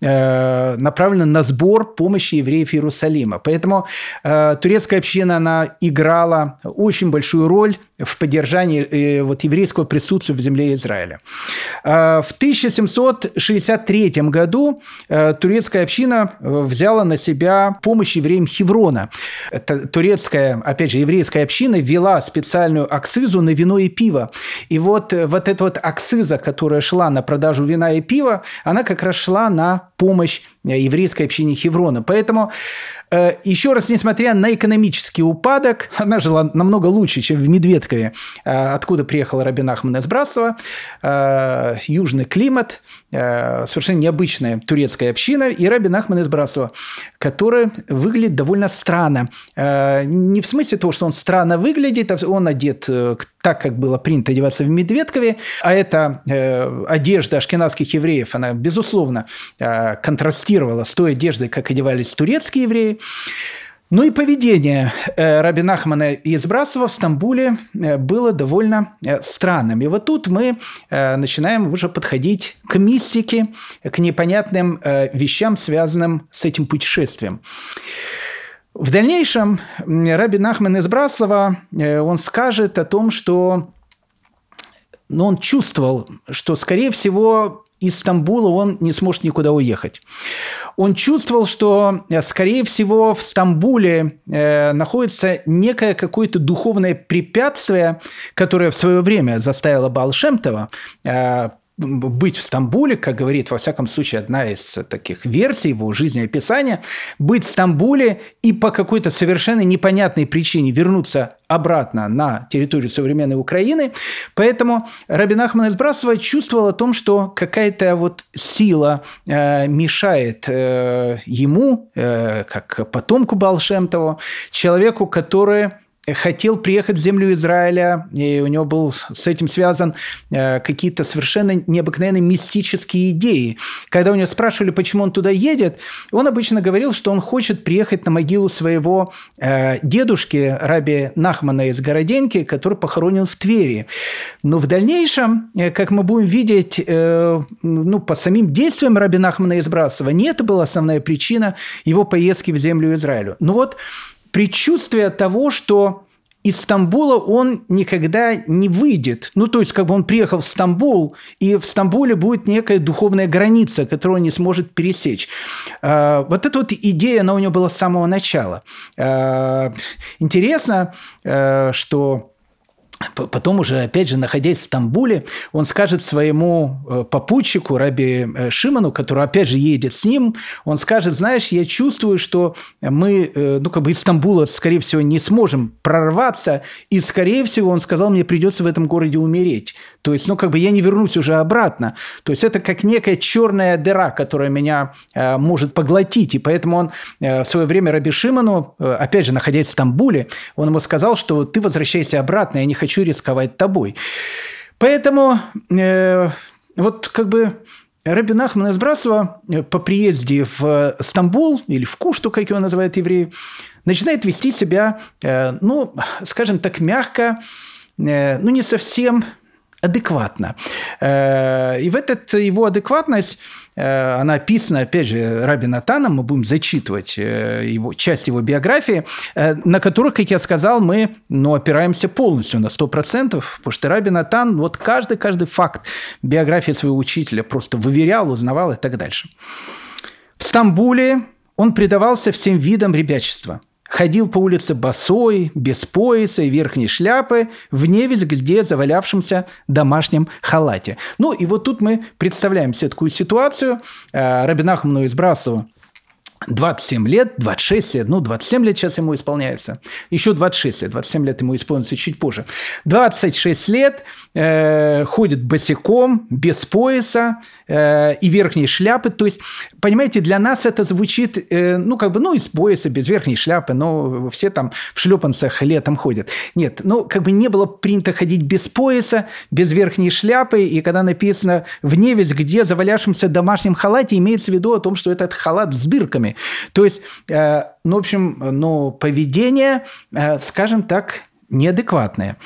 э, направлена на сбор помощи евреев Иерусалима. Поэтому э, турецкая община, она играла очень большую роль в поддержании э, вот, еврейского присутствия в земле Израиля. Э, в тысяча семьсот шестьдесят третьем году э, турецкая община взяла на себя помощь евреям Хеврона. Это турецкая, опять же, еврейская община ввела специальную акцизу на вино и пиво. И вот, вот эта вот акциза, которая шла на продажу вина и пива, она как раз шла на помощь еврейской общине Хеврона. Поэтому, э, еще раз, несмотря на экономический упадок, она жила намного лучше, чем в Медведкове, э, откуда приехала Рабин Ахмед Эсбрасова, э, южный климат, э, совершенно необычная турецкая община, и Рабин Ахмед Эсбрасова, который выглядит довольно странно. Э, не в смысле того, что он странно выглядит, а он одет э, так, как было принято одеваться в Медведкове, а эта э, одежда ашкеназских евреев, она, безусловно, э, контрастировала с той одеждой, как одевались турецкие евреи. Ну и поведение раби Нахмана из Братства в Стамбуле было довольно странным. И вот тут мы начинаем уже подходить к мистике, к непонятным вещам, связанным с этим путешествием. В дальнейшем раби Нахман из Братства, он скажет о том, что ну, он чувствовал, что, скорее всего, из Стамбула он не сможет никуда уехать. Он чувствовал, что, скорее всего, в Стамбуле э, находится некое какое-то духовное препятствие, которое в свое время заставило Баал Шем Това э, быть в Стамбуле, как говорит, во всяком случае, одна из таких версий его жизнеописания, быть в Стамбуле и по какой-то совершенно непонятной причине вернуться обратно на территорию современной Украины. Поэтому раби Нахман из Братства чувствовал о том, что какая-то вот сила э, мешает э, ему, э, как потомку Баал Шем Това, человеку, который хотел приехать в землю Израиля, и у него был с этим связан э, какие-то совершенно необыкновенные мистические идеи. Когда у него спрашивали, почему он туда едет, он обычно говорил, что он хочет приехать на могилу своего э, дедушки, раби Нахмана из Городенки, который похоронен в Твери. Но в дальнейшем, э, как мы будем видеть, э, ну, по самим действиям раби Нахмана из Братства, не это была основная причина его поездки в землю Израиля. Но вот предчувствие того, что из Стамбула он никогда не выйдет. Ну, то есть, как бы он приехал в Стамбул, и в Стамбуле будет некая духовная граница, которую он не сможет пересечь. Вот эта вот идея, она у него была с самого начала. Интересно, что потом уже, опять же, находясь в Стамбуле, он скажет своему попутчику, раби Шимону, который, опять же, едет с ним, он скажет, знаешь, я чувствую, что мы, ну, как бы из Стамбула, скорее всего, не сможем прорваться, и, скорее всего, он сказал, мне придется в этом городе умереть. То есть, ну, как бы я не вернусь уже обратно. То есть, это как некая черная дыра, которая меня э, может поглотить. И поэтому он э, в свое время раби Шимону, э, опять же, находясь в Стамбуле, он ему сказал, что ты возвращайся обратно, я не хочу рисковать тобой. Поэтому э, вот как бы раби Нахман из Братства по приезде в Стамбул, или в Кушту, как его называют евреи, начинает вести себя, э, ну, скажем так, мягко, э, ну, не совсем адекватно. И в эту его адекватность, она описана, опять же, раби Натаном, мы будем зачитывать его, часть его биографии, на которую, как я сказал, мы ну, опираемся полностью на сто процентов, потому что раби Натан вот каждый, каждый факт биографии своего учителя просто выверял, узнавал и так дальше. В Стамбуле он предавался всем видам ребячества. Ходил по улице босой, без пояса и верхней шляпы, в невезде завалявшемся домашнем халате. Ну, и вот тут мы представляем себе такую ситуацию. Раби Нахману из Братства двадцать семь лет, двадцать шесть лет, ну, двадцать семь лет сейчас ему исполняется. Еще двадцать шесть лет, двадцать семь лет ему исполнится чуть позже. двадцать шесть лет, э, ходит босиком, без пояса э, и верхней шляпы. То есть, понимаете, для нас это звучит, э, ну, как бы, ну, из пояса, без верхней шляпы, но все там в шлепанцах летом ходят. Нет, ну, как бы не было принято ходить без пояса, без верхней шляпы, и когда написано «в невесть где завалявшемся домашнем халате», имеется в виду о том, что этот халат с дырками. То есть, э, ну, в общем, ну, поведение, э, скажем так, неадекватное.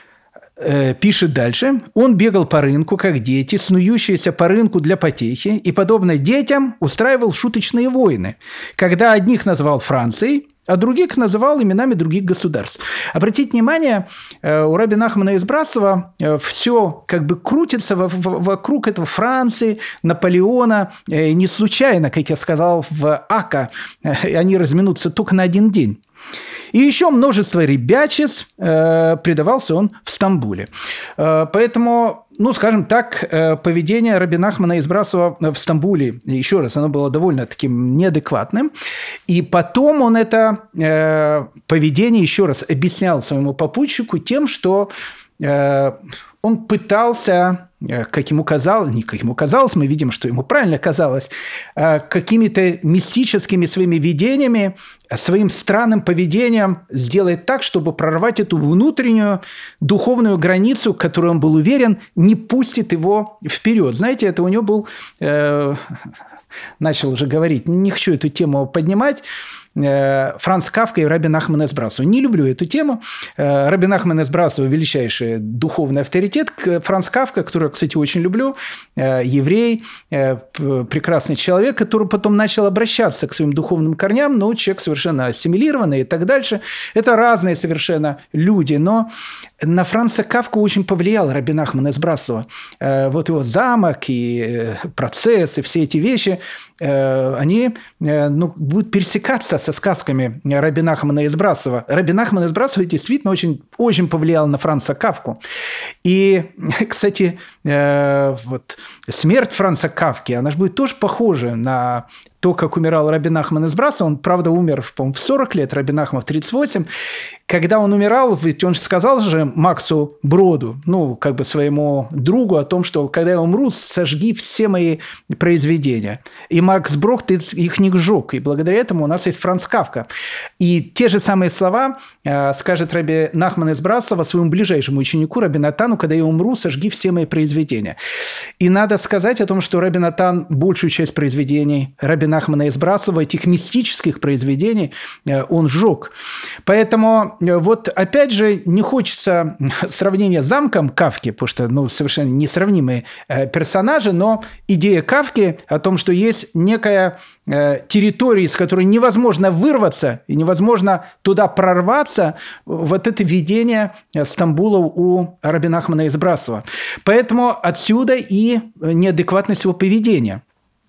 Э, пишет дальше. Он бегал по рынку, как дети, снующиеся по рынку для потехи, и, подобно детям, устраивал шуточные войны, когда одних назвал Францией, а других называл именами других государств. Обратите внимание, у раби Нахмана из Братства все как бы крутится вокруг этого Франции, Наполеона. Не случайно, как я сказал, в Ака они разминутся только на один день. И еще множество ребячеств э, предавался он в Стамбуле. Э, поэтому, ну, скажем так, э, поведение раби Нахмана из Братства в Стамбуле, еще раз, оно было довольно таким неадекватным. И потом он это э, поведение еще раз объяснял своему попутчику тем, что э, он пытался, как ему казалось, не как ему казалось, мы видим, что ему правильно казалось, какими-то мистическими своими видениями, своим странным поведением сделать так, чтобы прорвать эту внутреннюю духовную границу, которую он был уверен, не пустит его вперед. Знаете, это у него был, э, начал уже говорить, не хочу эту тему поднимать, Франц Кафка и Раби Нахман из Браслова. Не люблю эту тему. Раби Нахман из Браслова – величайший духовный авторитет. Франц Кафка, которого, кстати, очень люблю, еврей, прекрасный человек, который потом начал обращаться к своим духовным корням, но человек совершенно ассимилированный и так дальше. Это разные совершенно люди, но на Франца Кафку очень повлиял Раби Нахман из Браслова. Вот его замок и процесс, и все эти вещи, они ну, будут пересекаться со сказками Раби Нахмана из Браслова. Раби Нахман из Браслова действительно очень, очень повлиял на Франца Кафку. И, кстати, вот смерть Франца Кафки, она же будет тоже похожа на то, как умирал Раби Нахман из Браслова. Он, правда, умер, по-моему, в сорок лет, Раби Нахман в тридцать восемь. Когда он умирал, ведь он же сказал же Максу Броду, ну, как бы своему другу, о том, что когда я умру, сожги все мои произведения. И Макс Брод их не сжег. И благодаря этому у нас есть Франц Кафка. И те же самые слова э, скажет Раби Нахман из Браслова своему ближайшему ученику Раби Натану: когда я умру, сожги все мои произведения. И надо сказать о том, что Раби Натан большую часть произведений Раби Нахмана из Браслова, этих мистических произведений, э, он сжег. Поэтому вот опять же не хочется сравнения с замком Кафки, потому что ну, совершенно несравнимые персонажи, но идея Кафки о том, что есть некая территория, из которой невозможно вырваться и невозможно туда прорваться, вот это видение Стамбула у Раби Нахмана из Браслова. Поэтому отсюда и неадекватность его поведения.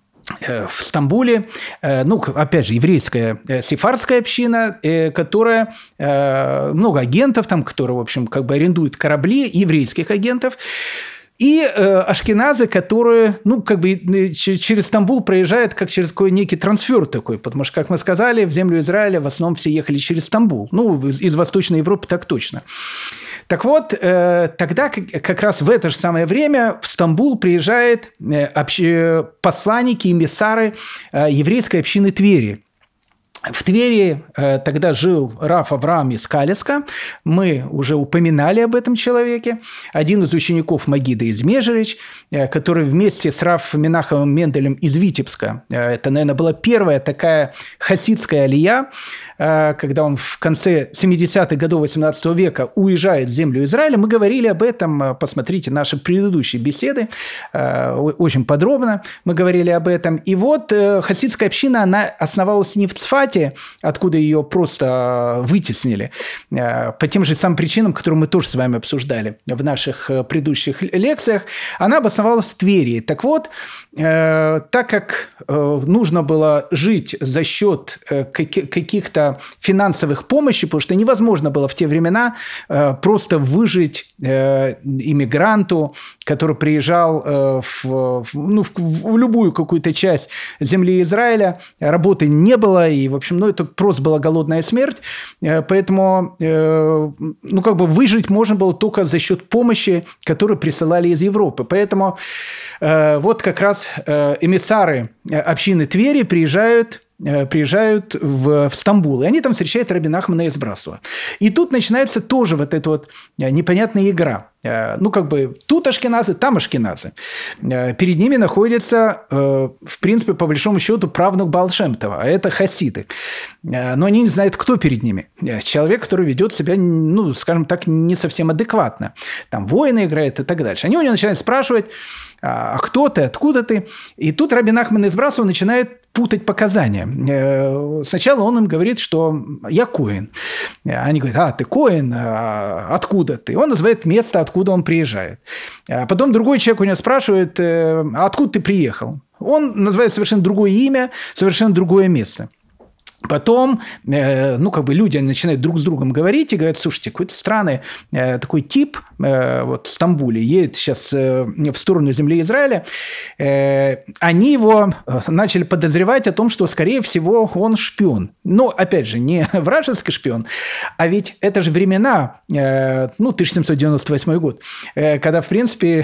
В Стамбуле, ну, опять же, еврейская сефардская община, которая, много агентов там, которые, в общем, как бы арендуют корабли, еврейских агентов, и э, ашкеназы, которые, ну, как бы через Стамбул проезжают как через какой некий трансфер такой, потому что, как мы сказали, в землю Израиля в основном все ехали через Стамбул. Ну, из, из Восточной Европы так точно. Так вот, э, тогда как раз в это же самое время в Стамбул приезжают э, общ... посланники, эмиссары э, еврейской общины Твери. В Твери э, тогда жил Рав Авраам из Калеска. Мы уже упоминали об этом человеке. Один из учеников Магида из Межерич, э, который вместе с Рав Менахемом Менделем из Витебска, э, это, наверное, была первая такая хасидская алия, э, когда он в конце семидесятых годов восемнадцатого века уезжает в землю Израиля. Мы говорили об этом, посмотрите наши предыдущие беседы, э, очень подробно мы говорили об этом. И вот э, хасидская община, она основалась не в Цфате, откуда ее просто вытеснили, по тем же самым причинам, которые мы тоже с вами обсуждали в наших предыдущих лекциях, она обосновалась в Твери. Так вот, так как нужно было жить за счет каких-то финансовых помощи, потому что невозможно было в те времена просто выжить иммигранту, который приезжал в, ну, в любую какую-то часть земли Израиля, работы не было, и, в общем, ну, это просто была голодная смерть, поэтому, ну, как бы выжить можно было только за счет помощи, которую присылали из Европы. Поэтому вот как раз эмиссары общины Твери приезжают приезжают в, в Стамбул, и они там встречают Раби Нахмана из Браслова. И тут начинается тоже вот эта вот непонятная игра. Ну, как бы тут ашкеназы, там ашкеназы. Перед ними находится, в принципе, по большому счету, правнук Баал Шем Това, а это хасиды. Но они не знают, кто перед ними. Человек, который ведет себя, ну, скажем так, не совсем адекватно. Там воины играют и так дальше. Они у него начинают спрашивать: а кто ты, откуда ты? И тут Раби Нахман из Браслова начинает путать показания. Сначала он им говорит, что я коэн. Они говорят: а, ты коэн, а откуда ты? Он называет место, откуда он приезжает. А потом другой человек у него спрашивает: а откуда ты приехал? Он называет совершенно другое имя, совершенно другое место. Потом, ну, как бы люди начинают друг с другом говорить и говорят: слушайте, какой-то странный такой тип вот в Стамбуле едет сейчас в сторону земли Израиля. Они его начали подозревать о том, что, скорее всего, он шпион. Но, опять же, не вражеский шпион, а ведь это же времена, ну, тысяча семьсот девяносто восьмой год, когда, в принципе,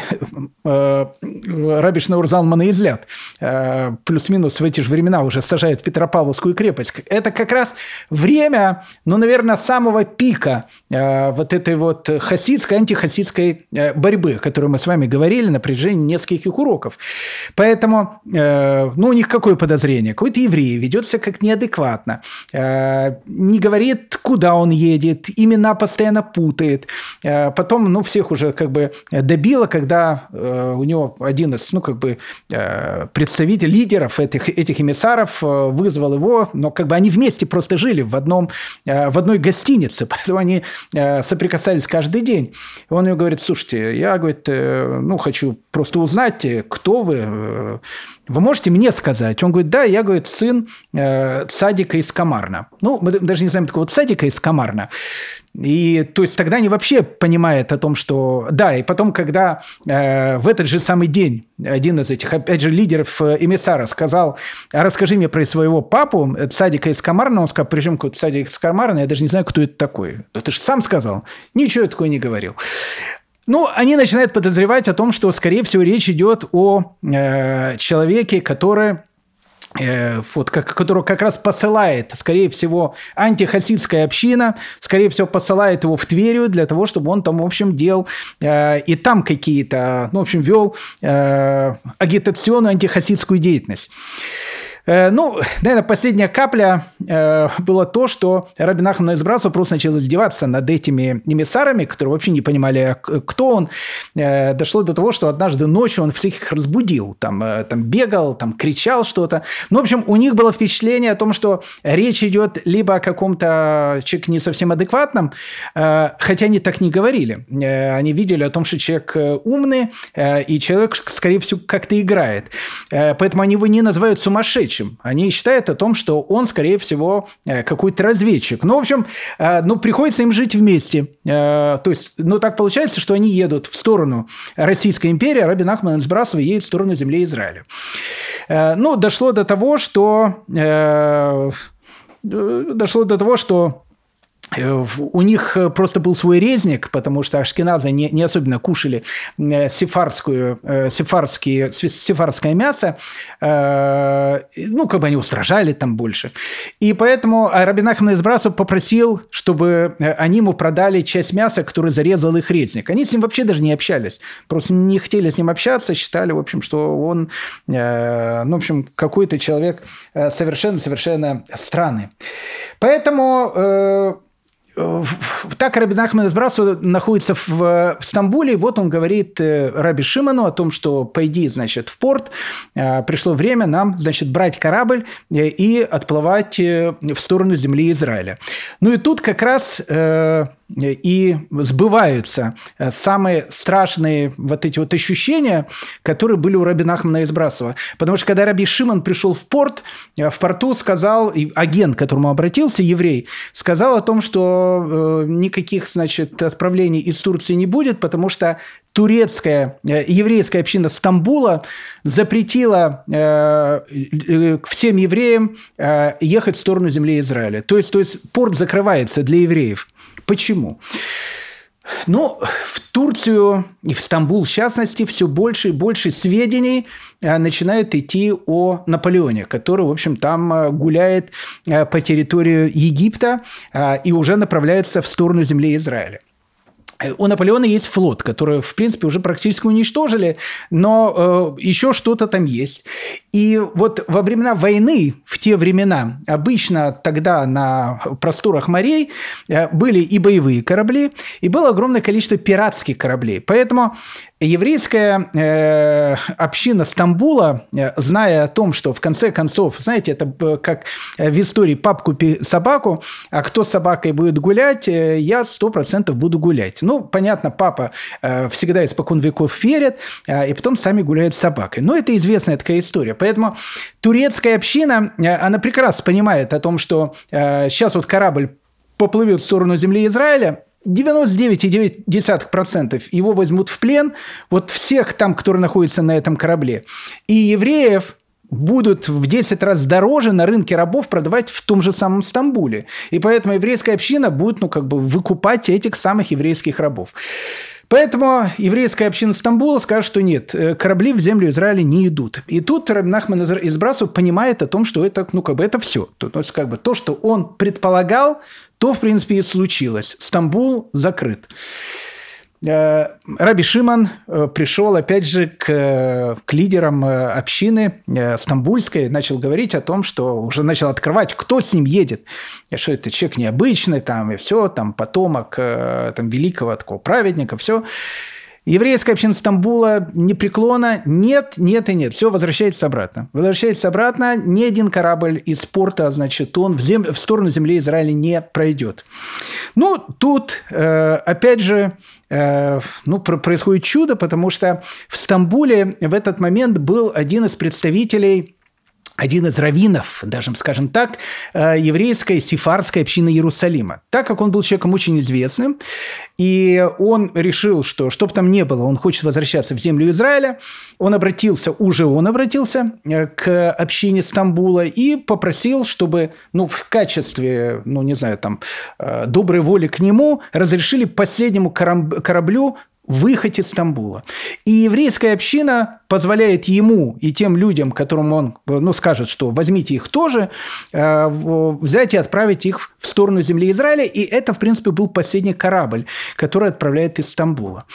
Раби Шнаур Залман Излят плюс-минус в эти же времена уже сажает Петропавловскую крепость. Это как раз время, ну, наверное, самого пика вот этой вот хасидской, антихасидской антихасидской борьбы, о которой мы с вами говорили на протяжении нескольких уроков. Поэтому, ну, у них какое подозрение? Какой-то еврей ведет себя как неадекватно, не говорит, куда он едет, имена постоянно путает. Потом, ну, всех уже как бы добило, когда у него один из, ну, как бы представителей, лидеров этих, этих эмиссаров вызвал его, но как бы они вместе просто жили в, одном, в одной гостинице, поэтому они соприкасались каждый день. И он ему говорит: слушайте, я, говорит, ну, хочу просто узнать, кто вы, вы можете мне сказать? Он говорит: да, я, говорит, сын цадика из Камарна. Ну, мы даже не знаем такого цадика из Камарна. И то есть тогда они вообще понимают о том, что... Да, и потом, когда э, в этот же самый день один из этих, опять же, лидеров эмиссара сказал: расскажи мне про своего папу, цадика из Камарна, он сказал: при чем какой-то цадик из Камарна, я даже не знаю, кто это такой. Да ты же сам сказал. Ничего я такое не говорил. Ну, они начинают подозревать о том, что, скорее всего, речь идет о э, человеке, который... Вот, как, которого как раз посылает, скорее всего, антихасидская община, скорее всего, посылает его в Тверию для того, чтобы он там, в общем, делал э, и там какие-то, ну, в общем, вел э, агитационную антихасидскую деятельность. Ну, наверное, последняя капля э, было то, что Раби Нахман из Брослова просто начал издеваться над этими эмиссарами, которые вообще не понимали, кто он. Э, дошло до того, что однажды ночью он всех их разбудил. Там, э, там бегал, там кричал что-то. Ну, в общем, у них было впечатление о том, что речь идет либо о каком-то человеке не совсем адекватном, э, хотя они так не говорили. Э, они видели о том, что человек умный, э, и человек, скорее всего, как-то играет. Э, поэтому они его не называют сумасшедшим. Они считают о том, что он, скорее всего, какой-то разведчик. Ну, в общем, ну, приходится им жить вместе. То есть, ну, так получается, что они едут в сторону Российской империи, а Раби Нахман из Брослова едет в сторону земли Израиля. Ну, дошло до того, что... Дошло до того, что у них просто был свой резник, потому что ашкеназы не, не особенно кушали сефардскую, сефардские, сефардское мясо. Ну, как бы они устражали там больше. И поэтому Раби Нахман из Брослова попросил, чтобы они ему продали часть мяса, которую зарезал их резник. Они с ним вообще даже не общались. Просто не хотели с ним общаться, считали, в общем, что он, ну, в общем, какой-то человек совершенно-совершенно странный. Поэтому... Так Раби Нахман из Брослова находится в, в Стамбуле, и вот он говорит Раби Шимону о том, что пойди, значит, в порт, пришло время нам, значит, брать корабль и отплывать в сторону земли Израиля. Ну и тут как раз и сбываются самые страшные вот эти вот ощущения, которые были у Раби Нахмана из Брослова. Потому что когда Раби Шимон пришел в порт, в порту сказал, агент, к которому обратился, еврей, сказал о том, что никаких, значит, отправлений из Турции не будет, потому что турецкая, еврейская община Стамбула запретила э, всем евреям э, ехать в сторону земли Израиля. То есть, то есть порт закрывается для евреев. Почему? Ну, в Турцию и в Стамбул, в частности, все больше и больше сведений начинает идти о Наполеоне, который, в общем, там гуляет по территории Египта и уже направляется в сторону земли Израиля. У Наполеона есть флот, который, в принципе, уже практически уничтожили, но э, еще что-то там есть. И вот во времена войны, в те времена, обычно тогда на просторах морей э, были и боевые корабли, и было огромное количество пиратских кораблей. Поэтому еврейская э, община Стамбула, э, зная о том, что в конце концов, знаете, это как в истории «пап, купи собаку», а кто с собакой будет гулять, э, я сто процентов буду гулять. Ну, понятно, папа э, всегда испокон веков верит, э, и потом сами гуляют с собакой. Но это известная такая история. Поэтому турецкая община, э, она прекрасно понимает о том, что э, сейчас вот корабль поплывет в сторону земли Израиля, девяносто девять целых девять десятых процента его возьмут в плен, вот всех там, которые находятся на этом корабле. И евреев будут в десять раз дороже на рынке рабов продавать в том же самом Стамбуле. И поэтому еврейская община будет, ну, как бы выкупать этих самых еврейских рабов. Поэтому еврейская община Стамбула скажет, что нет, корабли в землю Израиля не идут. И тут Раби Нахман из Брослова понимает о том, что это, ну, как бы это все. То есть, как бы то, что он предполагал, то, в принципе, и случилось. Стамбул закрыт. Раби Шимон пришел, опять же, к, к лидерам общины стамбульской, начал говорить о том, что уже начал открывать, кто с ним едет, что это человек необычный, там, и все, там, потомок там, великого такого праведника, все. Еврейская община Стамбула непреклонна. Нет, нет и нет. Все возвращается обратно. Возвращается обратно. Ни один корабль из порта, значит, он в, зем... в сторону земли Израиля не пройдет. Ну, тут, э, опять же, э, ну, происходит чудо, потому что в Стамбуле в этот момент был один из представителей, один из раввинов, даже, скажем так, еврейской сефардской общины Иерусалима. Так как он был человеком очень известным, и он решил, что, что бы там ни было, он хочет возвращаться в землю Израиля, он обратился, уже он обратился к общине Стамбула и попросил, чтобы, ну, в качестве, ну, не знаю, там, доброй воли к нему разрешили последнему кораблю выехать из Стамбула. И еврейская община позволяет ему и тем людям, которым он, ну, скажет, что возьмите их тоже, взять и отправить их в сторону земли Израиля. И это, в принципе, был последний корабль, который отправляет из Стамбула.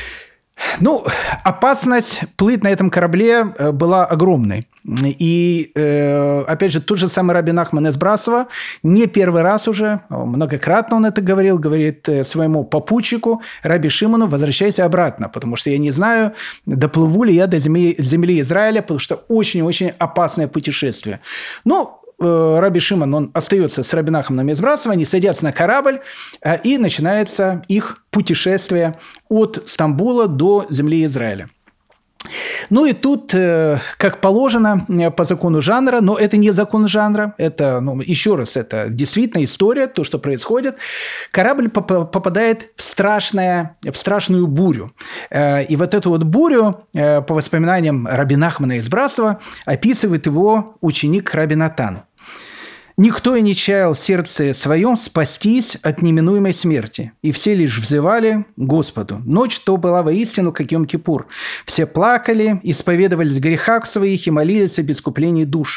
Ну, опасность плыть на этом корабле была огромной. И, опять же, тот же самый Раби Нахман из Брасова не первый раз уже, многократно он это говорил, говорит своему попутчику Раби Шимону: возвращайся обратно, потому что я не знаю, доплыву ли я до земли, земли Израиля, потому что очень-очень опасное путешествие. Ну, Раби Шимон, он остается с Раби Нахманом из Брасова, они садятся на корабль, и начинается их путешествие от Стамбула до земли Израиля. Ну и тут, как положено по закону жанра, но это не закон жанра, это, ну, еще раз, это действительно история, то, что происходит. Корабль попадает в, страшное, в страшную бурю. И вот эту вот бурю, по воспоминаниям Раби Нахмана из Брасова, описывает его ученик Раби Натан. «Никто и не чаял в сердце своем спастись от неминуемой смерти, и все лишь взывали Господу. Ночь то была воистину, как Йом-Кипур. Все плакали, исповедовались в грехах своих и молились об искуплении душ.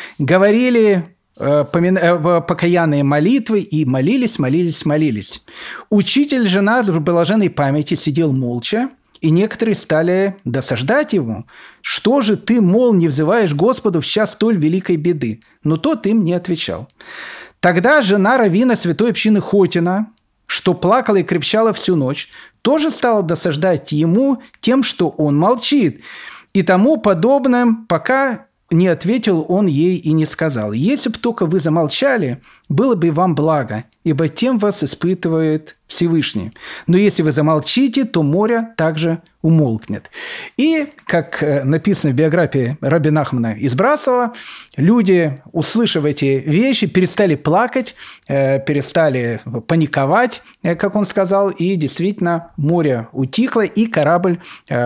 Говорили э, помина... покаянные молитвы и молились, молились, молились. Учитель же нас в блаженной памяти сидел молча, и некоторые стали досаждать ему. Что же ты, мол, не взываешь Господу в час столь великой беды? Но тот им не отвечал. Тогда жена раввина святой общины Хотина, что плакала и кричала всю ночь, тоже стала досаждать ему тем, что он молчит. И тому подобным, пока не ответил он ей и не сказал: «Если бы только вы замолчали, было бы вам благо, ибо тем вас испытывает Всевышний. Но если вы замолчите, то море также умолкнет». И, как написано в биографии Раби Нахмана из Брасова, люди, услышав эти вещи, перестали плакать, перестали паниковать, как он сказал, и действительно море утихло, и корабль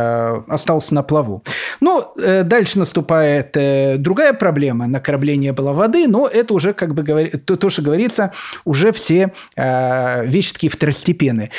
остался на плаву. Ну, дальше наступает другая проблема. На корабле не было воды, но это уже, как бы, то, то что говорится, уже все вещи такие второстепенные.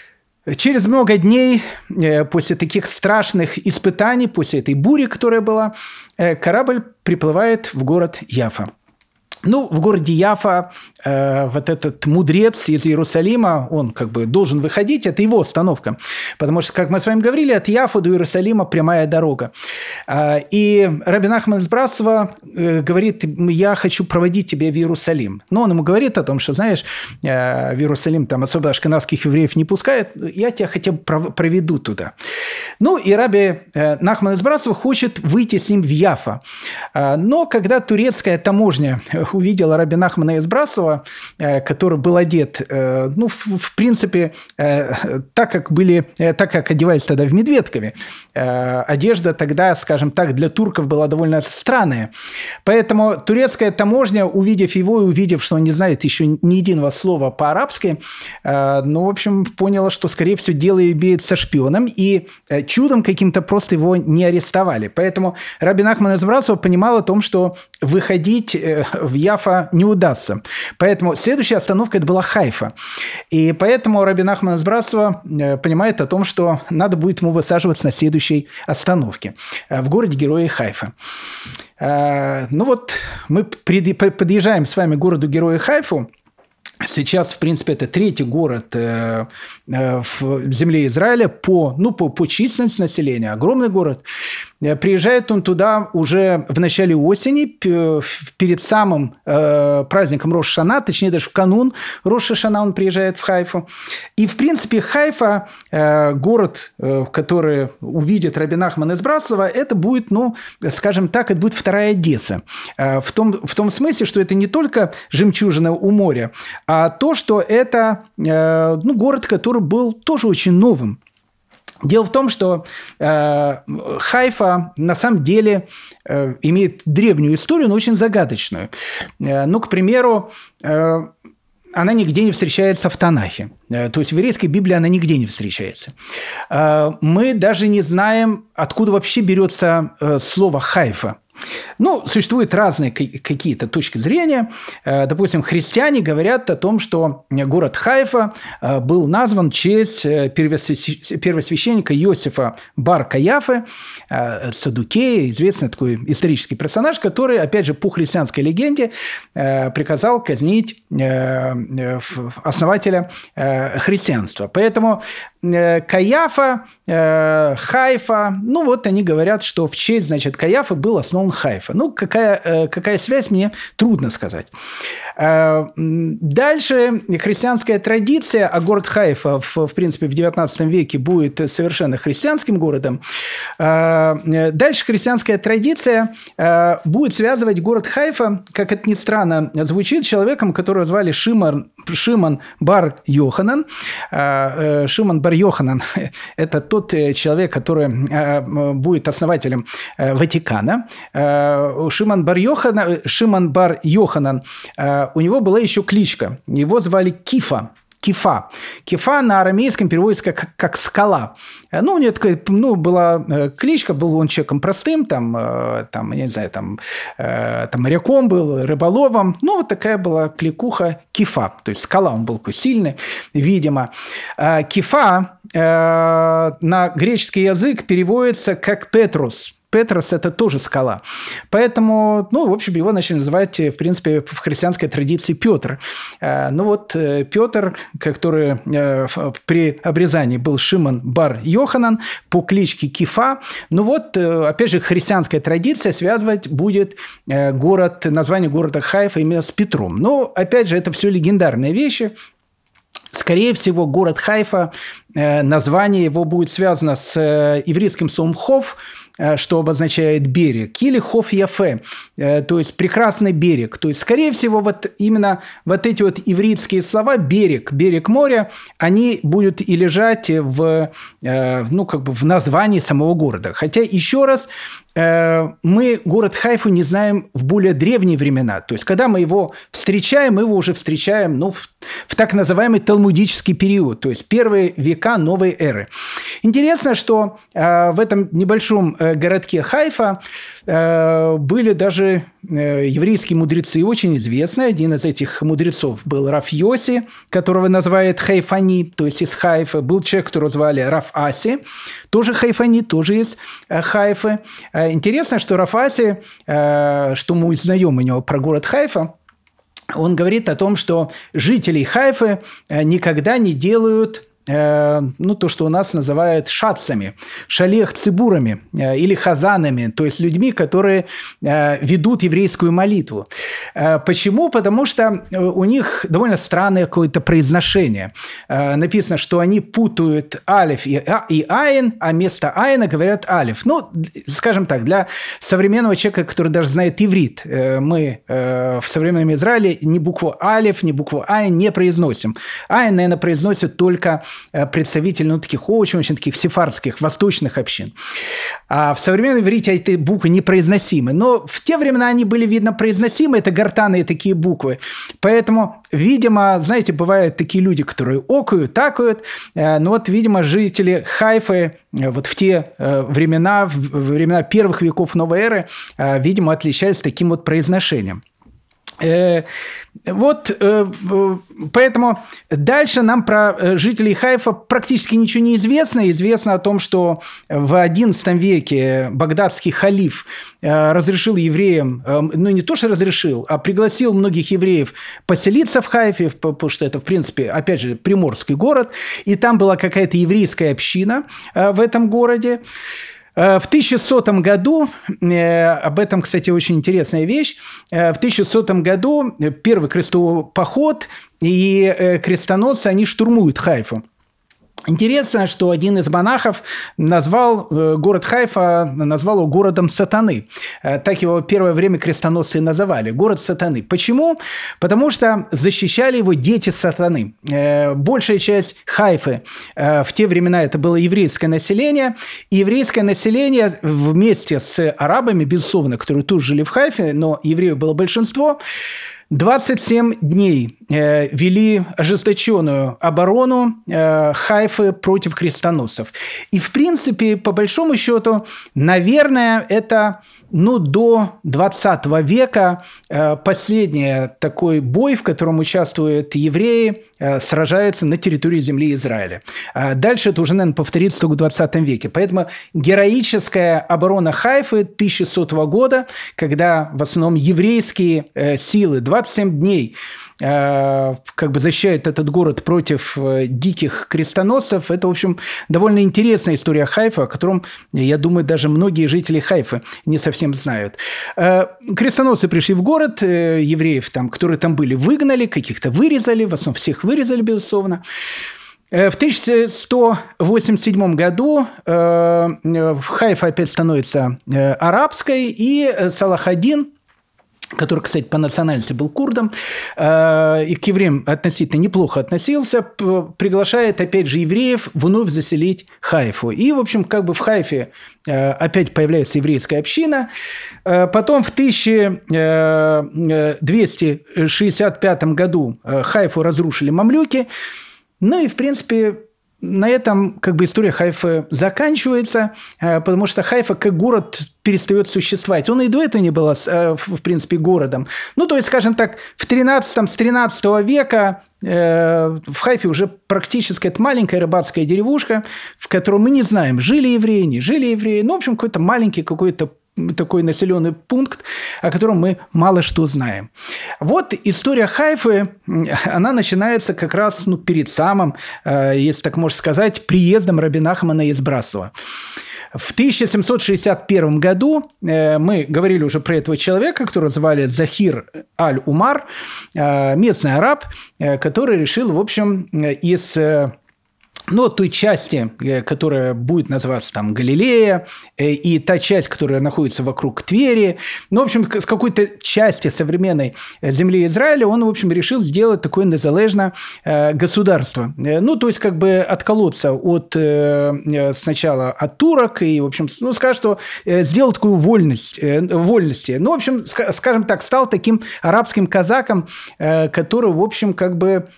Через много дней после таких страшных испытаний, после этой бури, которая была, корабль приплывает в город Яфа. Ну, в городе Яфа э, вот этот мудрец из Иерусалима, он как бы должен выходить, это его остановка. Потому что, как мы с вами говорили, от Яфа до Иерусалима прямая дорога. Э, и Раби Нахман из Брасова э, говорит: я хочу проводить тебя в Иерусалим. Но он ему говорит о том, что, знаешь, э, в Иерусалим там особо ашкеназских евреев не пускают, я тебя хотя бы проведу туда. Ну, и Раби э, Нахман из Брасова хочет выйти с ним в Яфа. Э, но когда турецкая таможня увидела Раби Нахмана из Брасова, который был одет, ну, в, в принципе, так как были, так как одевались тогда в Медведкове. Одежда тогда, скажем так, для турков была довольно странная. Поэтому турецкая таможня, увидев его и увидев, что он не знает еще ни единого слова по-арабски, ну, в общем, поняла, что, скорее всего, дело имеет со шпионом, и чудом каким-то просто его не арестовали. Поэтому Раби Нахман из Брасова понимал о том, что выходить в Яфа не удастся. Поэтому следующая остановка – это была Хайфа. И поэтому Раби Нахман из Брасова понимает о том, что надо будет ему высаживаться на следующей остановке в городе-герое Хайфа. Ну вот, мы подъезжаем с вами к городу-герою Хайфу. Сейчас, в принципе, это третий город э, э, в земле Израиля по, ну, по, по численности населения, огромный город. Приезжает он туда уже в начале осени, перед самым э, праздником Рош ха-Шана, точнее, даже в канун Рош ха-Шана он приезжает в Хайфу. И, в принципе, Хайфа, э, город, э, который увидит Раби Нахман из Браслова, это будет, ну, скажем так, это будет вторая Одесса. Э, в том, в том смысле, что это не только жемчужина у моря, а то, что это э, ну, город, который был тоже очень новым. Дело в том, что э, Хайфа на самом деле э, имеет древнюю историю, но очень загадочную. Э, ну, к примеру, э, она нигде не встречается в Танахе. Э, то есть в еврейской Библии она нигде не встречается. Э, мы даже не знаем, откуда вообще берется э, слово «Хайфа». Ну, существуют разные какие-то точки зрения. Допустим, христиане говорят о том, что город Хайфа был назван в честь первосвященника Иосифа бар-Каяфы, Саддукея, известный такой исторический персонаж, который, опять же, по христианской легенде приказал казнить основателя христианства. Поэтому Каяфа, Хайфа, ну вот они говорят, что в честь, значит, Каяфы был основан Хайфа. Ну, какая, какая связь, мне трудно сказать. Дальше христианская традиция, а город Хайфа, в, в принципе, в девятнадцатом веке будет совершенно христианским городом. Дальше христианская традиция будет связывать город Хайфа, как это ни странно звучит, человеком, которого звали Шимон, Шимон бар-Йоханан. Шимон бар-Йоханан – это тот человек, который будет основателем Ватикана. Шимон бар-Йоханан, Шимон бар-Йоханан, у него была еще кличка. Его звали Кифа. Кифа. Кифа на арамейском переводится как, как скала. Ну, у него такая, ну, была кличка, был он человеком простым, там, там я не знаю, там, там моряком был, рыболовом. Ну, вот такая была кликуха Кифа. То есть скала, он был такой сильный, видимо. Кифа на греческий язык переводится как Петрус. Петрос – это тоже скала. Поэтому, ну, в общем, его начали называть, в принципе, в христианской традиции Петр. Ну вот Петр, который при обрезании был Шимон бар-Йоханан по кличке Кифа. Ну вот, опять же, христианская традиция связывать будет город, название города Хайфа именно с Петром. Но, опять же, это все легендарные вещи. Скорее всего, город Хайфа, название его будет связано с еврейским словом «хов», что обозначает берег, или «хов яфе», то есть прекрасный берег. То есть, скорее всего, вот именно вот эти вот ивритские слова «берег», «берег моря», они будут и лежать в, ну, как бы в названии самого города. Хотя, еще раз, мы город Хайфу не знаем в более древние времена. То есть, когда мы его встречаем, мы его уже встречаем, ну, в, в так называемый талмудический период, то есть первые века новой эры. Интересно, что э, в этом небольшом э, городке Хайфа э, были даже э, еврейские мудрецы, очень известные. Один из этих мудрецов был Рав Йоси, которого называют Хайфани, то есть из Хайфы. Был человек, которого звали Рав Аси, тоже Хайфани, тоже из э, Хайфы. Интересно, что Рав Аси, э, что мы узнаем у него про город Хайфа, он говорит о том, что жители Хайфы никогда не делают ну, то, что у нас называют шатцами, шалех-цибурами или хазанами, то есть людьми, которые ведут еврейскую молитву. Почему? Потому что у них довольно странное какое-то произношение. Написано, что они путают алиф и айн, а вместо айна говорят алиф. Ну, скажем так, для современного человека, который даже знает иврит, мы в современном Израиле ни букву алиф, ни букву айн не произносим. Айн, наверное, произносят только представители, ну, таких очень-очень таких сефардских, восточных общин. А в современном иврите эти буквы непроизносимы. Но в те времена они были, видно, произносимы. Это гортанные такие буквы. Поэтому, видимо, знаете, бывают такие люди, которые окают, такают. Но вот, видимо, жители Хайфы вот в те времена, в времена первых веков новой эры, видимо, отличались таким вот произношением. Вот поэтому дальше нам про жителей Хайфа практически ничего не известно. Известно о том, что в одиннадцатом веке багдадский халиф разрешил евреям, ну не то что разрешил, а пригласил многих евреев поселиться в Хайфе, потому что это, в принципе, опять же, приморский город, и там была какая-то еврейская община в этом городе. В тысяча сотом году, об этом, кстати, очень интересная вещь, в тысяча сотом году первый крестовый поход, и крестоносцы, они штурмуют Хайфу. Интересно, что один из монахов назвал город Хайфа, назвал его городом сатаны. Так его первое время крестоносцы и называли. Город сатаны. Почему? Потому что защищали его дети сатаны. Большая часть Хайфы в те времена это было еврейское население. И еврейское население вместе с арабами, безусловно, которые тут жили в Хайфе, но евреев было большинство, двадцать семь дней э, вели ожесточенную оборону э, Хайфы против крестоносцев. И, в принципе, по большому счету, наверное, это ну, до двадцатого века э, последний такой бой, в котором участвуют евреи, э, сражаются на территории земли Израиля. А дальше это уже, наверное, повторится только в двадцатом веке. Поэтому героическая оборона Хайфы тысяча сотого года, когда в основном еврейские э, силы двадцать семь дней как бы защищает этот город против диких крестоносцев. Это, в общем, довольно интересная история Хайфа, о котором, я думаю, даже многие жители Хайфы не совсем знают. Крестоносцы пришли в город, евреев, там, которые там были, выгнали, каких-то вырезали, в основном всех вырезали, безусловно. В тысяча сто восемьдесят седьмом году Хайфа опять становится арабской, и Салах ад-Дин, который, кстати, по национальности был курдом, э, и к евреям относительно неплохо относился, приглашает, опять же, евреев вновь заселить Хайфу. И, в общем, как бы в Хайфе э, опять появляется еврейская община. Э, потом в тысяча двести шестьдесят пятом году Хайфу разрушили мамлюки. Ну и, в принципе, на этом как бы история Хайфы заканчивается, потому что Хайфа как город перестает существовать. Он и до этого не был, в принципе, городом. Ну, то есть, скажем так, в тринадцатом, с тринадцатого века в Хайфе уже практически это маленькая рыбацкая деревушка, в которой мы не знаем, жили евреи, не жили евреи. Ну, в общем, какой-то маленький какой-то такой населенный пункт, о котором мы мало что знаем. Вот история Хайфы, она начинается как раз ну, перед самым, если так можно сказать, приездом Раби Нахмана из Браслова. В тысяча семьсот шестьдесят первом году мы говорили уже про этого человека, которого звали Захир аль-Умар, местный араб, который решил, в общем, из... Но той части, которая будет называться там Галилея, и та часть, которая находится вокруг Твери, ну, в общем, с какой-то части современной земли Израиля он, в общем, решил сделать такое незалежное государство. Ну, то есть, как бы отколоться от сначала от турок и, в общем, ну, скажем, что сделал такую вольность, вольности. Ну, в общем, скажем так, стал таким арабским казаком, который, в общем, как бы,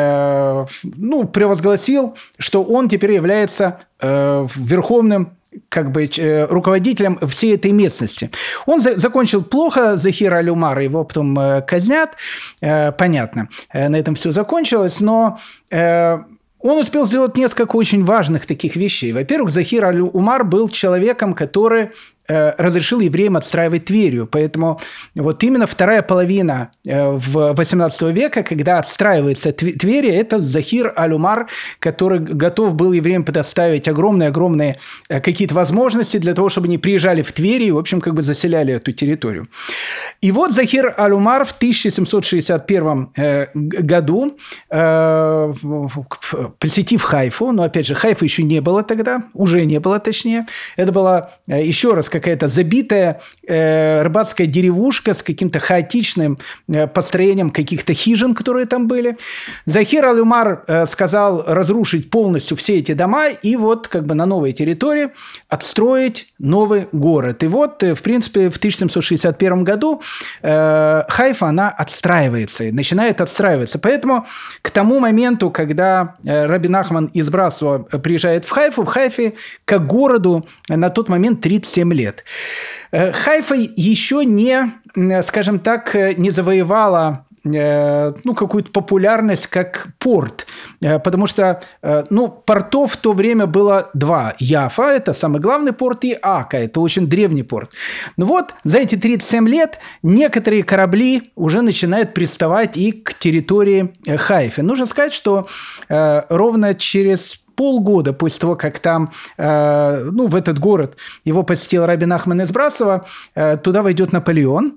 ну, превозгласил, что он теперь является э, верховным как бы, э, руководителем всей этой местности. Он за- закончил плохо, Захир аль-Умар, его потом э, казнят, э, понятно, э, на этом все закончилось, но... Э, Он успел сделать несколько очень важных таких вещей. Во-первых, Захир аль-Умар был человеком, который разрешил евреям отстраивать Тверью. Поэтому вот именно вторая половина восемнадцатого века, когда отстраивается Тверь, это Захир аль-Умар, который готов был евреям предоставить огромные-огромные какие-то возможности для того, чтобы они приезжали в Тверь и, в общем, как бы заселяли эту территорию. И вот Захир аль-Умар в тысяча семьсот шестьдесят первом году, посетив Хайфу, но, опять же, Хайфа еще не было тогда, уже не было, точнее, это была, еще раз, какая-то забитая э, рыбацкая деревушка с каким-то хаотичным э, построением каких-то хижин, которые там были. Захир аль-Умар э, сказал разрушить полностью все эти дома и вот как бы на новой территории отстроить новый город. И вот, э, в принципе, в тысяча семьсот шестьдесят первом году э, Хайфа, она отстраивается, начинает отстраиваться. Поэтому к тому моменту, когда э, Раби Нахман из Браслова приезжает в Хайфу, в Хайфе как городу на тот момент тридцать семь лет. лет. Хайфа еще не, скажем так, не завоевала ну, какую-то популярность как порт, потому что ну, портов в то время было два. Яфа – это самый главный порт, и Ака – это очень древний порт. Но вот за эти тридцать семь лет некоторые корабли уже начинают приставать и к территории Хайфы. Нужно сказать, что ровно через полгода после того, как там, ну, в этот город его посетил Раби Нахман из Браслова, туда войдет Наполеон.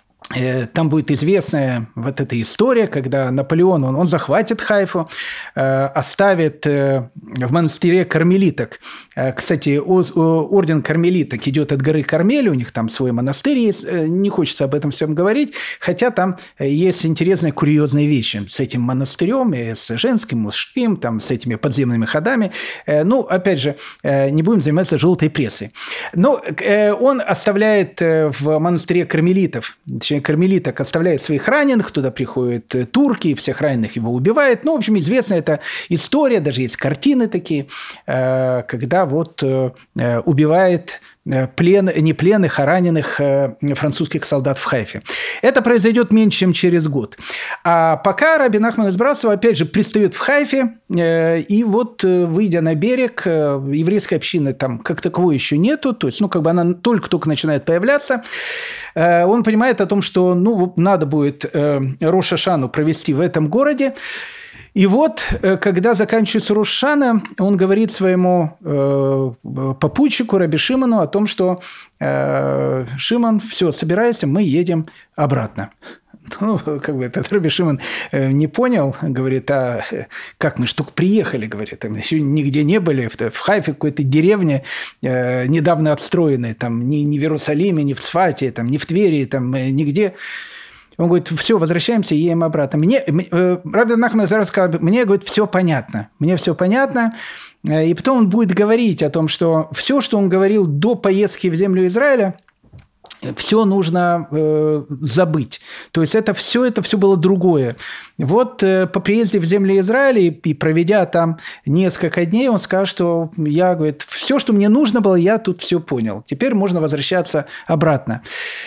Там будет известная вот эта история, когда Наполеон, он, он захватит Хайфу, э, оставит э, в монастыре кармелиток. Э, кстати, о, о, орден кармелиток идет от горы Кармель, у них там свой монастырь есть, э, не хочется об этом всем говорить, хотя там есть интересные курьезные вещи с этим монастырем, и с женским, мужским, там, с этими подземными ходами. Э, ну, опять же, э, не будем заниматься желтой прессой. Но э, он оставляет э, в монастыре кармелитов, кармелиток оставляет своих раненых, туда приходят турки, и всех раненых его убивают. Ну, в общем, известна эта история, даже есть картины такие, когда вот убивает плен, не пленных, а раненых французских солдат в Хайфе. Это произойдет меньше, чем через год. А пока Раби Нахман из Браслова, опять же, пристает в Хайфе, и вот, выйдя на берег, еврейской общины там как таковой еще нету, то есть, ну, как бы она только-только начинает появляться, он понимает о том, что, ну, надо будет Рош ха-Шану провести в этом городе. И вот, когда заканчивается Рош ха-Шана, он говорит своему э, попутчику Раби Шимону о том, что э, «Шимон, все, собирайся, мы едем обратно». Ну, как бы этот Раби Шимон не понял, говорит, а как мы ж только приехали, говорит, мы еще нигде не были, в Хайфе какой-то деревне, э, недавно отстроенной, там, ни, ни в Иерусалиме, ни в Цфате, там, ни в Твери, там, нигде. Он говорит, все, возвращаемся, едем обратно. Мне, э, Раби Нахман сказал, мне, говорит, все понятно, мне все понятно. И потом он будет говорить о том, что все, что он говорил до поездки в землю Израиля, все нужно э, забыть. То есть это все, это все было другое. Вот э, по приезде в землю Израиля и, и проведя там несколько дней, он сказал, что я, говорит, все, что мне нужно было, я тут все понял. Теперь можно возвращаться обратно.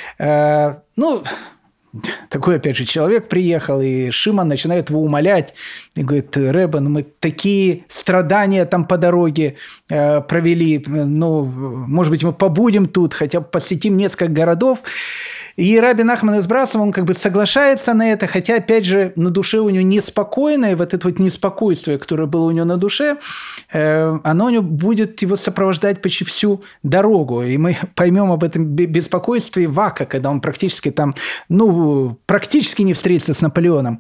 Э, ну... Такой, опять же, человек приехал, и Шимон начинает его умолять. И говорит, Рэбе, ну мы такие страдания там по дороге э, провели. Ну, может быть, мы побудем тут, хотя бы посетим несколько городов. И Раби Нахман из Браслова, он как бы соглашается на это, хотя, опять же, на душе у него неспокойно, и вот это вот неспокойствие, которое было у него на душе, э, оно у него будет его сопровождать почти всю дорогу. И мы поймем об этом беспокойстве Вака, когда он практически там, ну, практически не встретится с Наполеоном.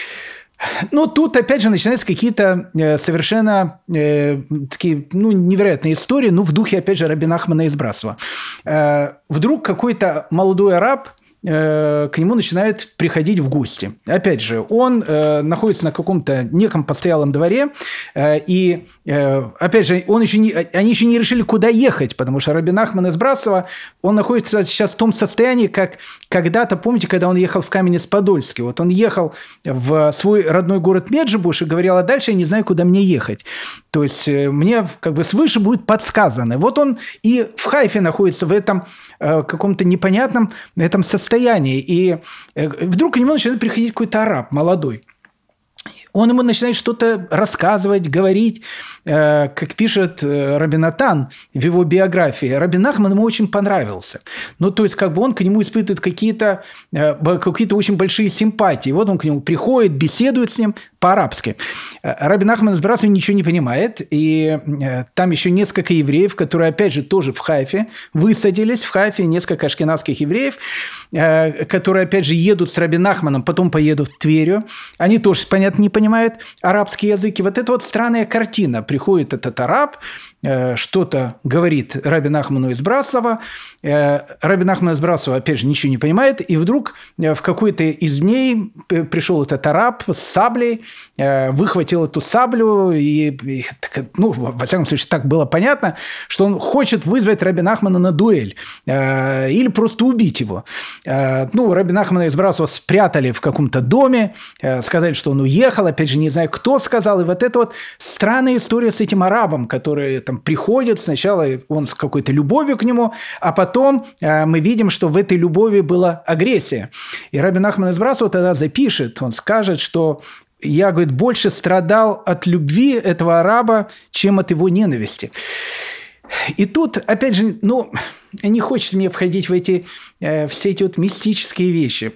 Но тут, опять же, начинаются какие-то совершенно э, такие, ну, невероятные истории, ну, в духе, опять же, Раби Нахмана из Браслова. Э, вдруг какой-то молодой араб к нему начинает приходить в гости. Опять же, он э, находится на каком-то неком постоялом дворе, э, и, э, опять же, он еще не, они еще не решили, куда ехать, потому что Раби Нахман из Браслова, он находится сейчас в том состоянии, как когда-то, помните, когда он ехал в Каменец-Подольский, вот он ехал в свой родной город Меджибуш и говорил, а дальше я не знаю, куда мне ехать. То есть, э, мне как бы свыше будет подсказано. Вот он и в Хайфе находится в этом э, каком-то непонятном этом состоянии. И вдруг к нему начинает приходить какой-то араб молодой. Он ему начинает что-то рассказывать, говорить, как пишет Раби Натан в его биографии. Раби Нахман ему очень понравился. Ну, то есть, как бы он к нему испытывает какие-то, какие-то очень большие симпатии. Вот он к нему приходит, беседует с ним по-арабски. Раби Нахман из Браслова ничего не понимает. И там еще несколько евреев, которые, опять же, тоже в Хайфе высадились. В Хайфе несколько ашкеназских евреев, которые, опять же, едут с Раби Нахманом, потом поедут в Тверью. Они тоже, понятно, не понимают арабский язык. И вот это вот странная картина. Приходит этот араб, что-то говорит Раби Нахману из Браслова. Раби Нахман из Браслова, опять же, ничего не понимает. И вдруг в какой-то из дней пришел этот араб с саблей, выхватил эту саблю. И, ну, во всяком случае, так было понятно, что он хочет вызвать Раби Нахмана на дуэль. Или просто убить его. Ну, Раби Нахмана из Браслова спрятали в каком-то доме, сказали, что он уехал. опять же, не знаю, кто сказал. И вот эта вот странная история с этим арабом, который там приходит, сначала он с какой-то любовью к нему, а потом э, мы видим, что в этой любови была агрессия. И Раби Нахман из Браслова тогда запишет, он скажет, что я, говорит, больше страдал от любви этого араба, чем от его ненависти. И тут, опять же, ну, не хочется мне входить в эти, э, все эти вот мистические вещи.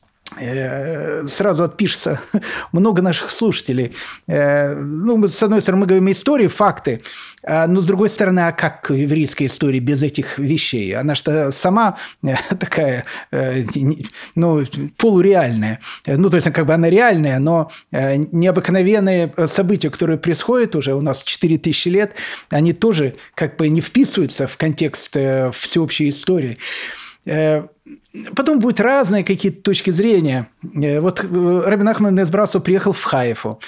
Э, сразу отпишется много наших слушателей. Э, ну, с одной стороны, мы говорим истории, факты, э, но с другой стороны, а как еврейская история без этих вещей? Она что сама э, такая, э, ну, полуреальная. Ну, то есть, как бы она реальная, но э, необыкновенные события, которые происходят уже у нас четыре тысячи лет, они тоже как бы не вписываются в контекст э, всеобщей истории. Потом будут разные какие-то точки зрения. Вот Раби Нахман из Браслова приехал в Хайфу,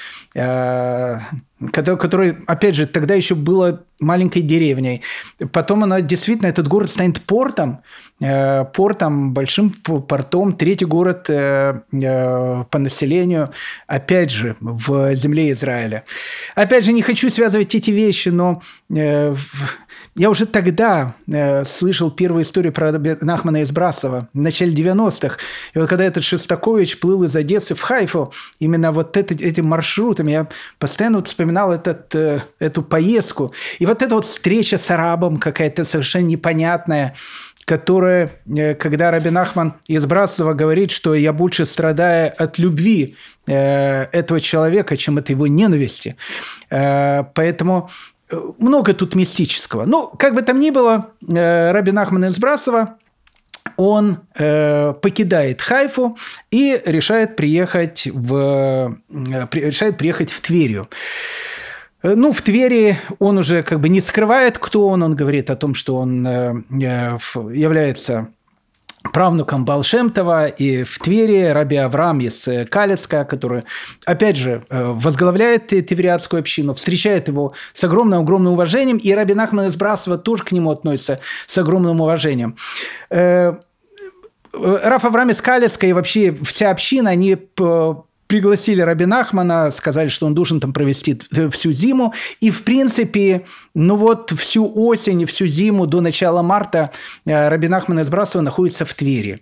который, опять же, тогда еще была маленькой деревней. Потом она действительно, этот город станет портом, портом, большим портом, третий город по населению, опять же, в земле Израиля. Опять же, не хочу связывать эти вещи, но я уже тогда э, слышал первую историю про Раби Нахмана из Браслова в начале девяностых. И вот когда этот Шостакович плыл из Одессы в Хайфу, именно вот это, этим маршрутом, я постоянно вот вспоминал этот, э, эту поездку. И вот эта вот встреча с арабом какая-то совершенно непонятная, которая, э, когда Раби Нахман из Браслова говорит, что я больше страдаю от любви э, этого человека, чем от его ненависти. Э, поэтому... Много тут мистического. Ну, как бы там ни было, Раби Нахман из Браслова, он э, покидает Хайфу и решает приехать в, решает приехать в Тверью. Ну, в Твери он уже как бы не скрывает, кто он. Он говорит о том, что он э, является правнуком Баал Шем Това, и в Твери Раби Авраам из Калецка, который, опять же, возглавляет тевриатскую общину, встречает его с огромным-огромным уважением, и Раби Нахман из Браслова тоже к нему относится с огромным уважением. Рав Авраам из Калецка и вообще вся община, они пригласили Раби Нахмана, сказали, что он должен там провести всю зиму. И, в принципе, ну вот всю осень, всю зиму до начала марта Раби Нахман из Браслова находится в Твери.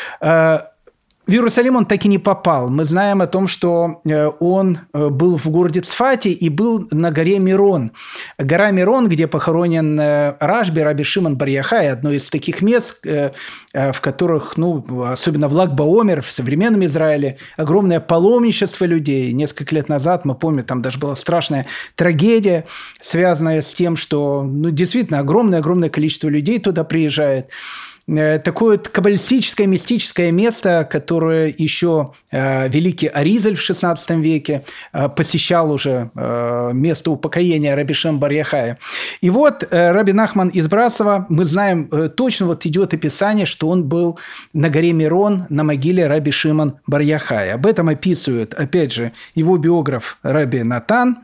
В Иерусалим он так и не попал. Мы знаем о том, что он был в городе Цфате и был на горе Мирон. Гора Мирон, где похоронен Рашби, Раби Шимон бар Йохай, одно из таких мест, в которых, ну, особенно в Lag BaOmer, в современном Израиле, огромное паломничество людей. Несколько лет назад, мы помним, там даже была страшная трагедия, связанная с тем, что, ну, действительно, огромное-огромное количество людей туда приезжает. Такое вот каббалистическое, мистическое место, которое еще э, великий Аризаль в шестнадцатом веке э, посещал уже э, место упокоения Раби Шимон бар Йохая. И вот э, Раби Нахман из Браслова, мы знаем э, точно, вот идет описание, что он был на горе Мирон на могиле Раби Шимон бар Йохая. Об этом описывает, опять же, его биограф Раби Натан.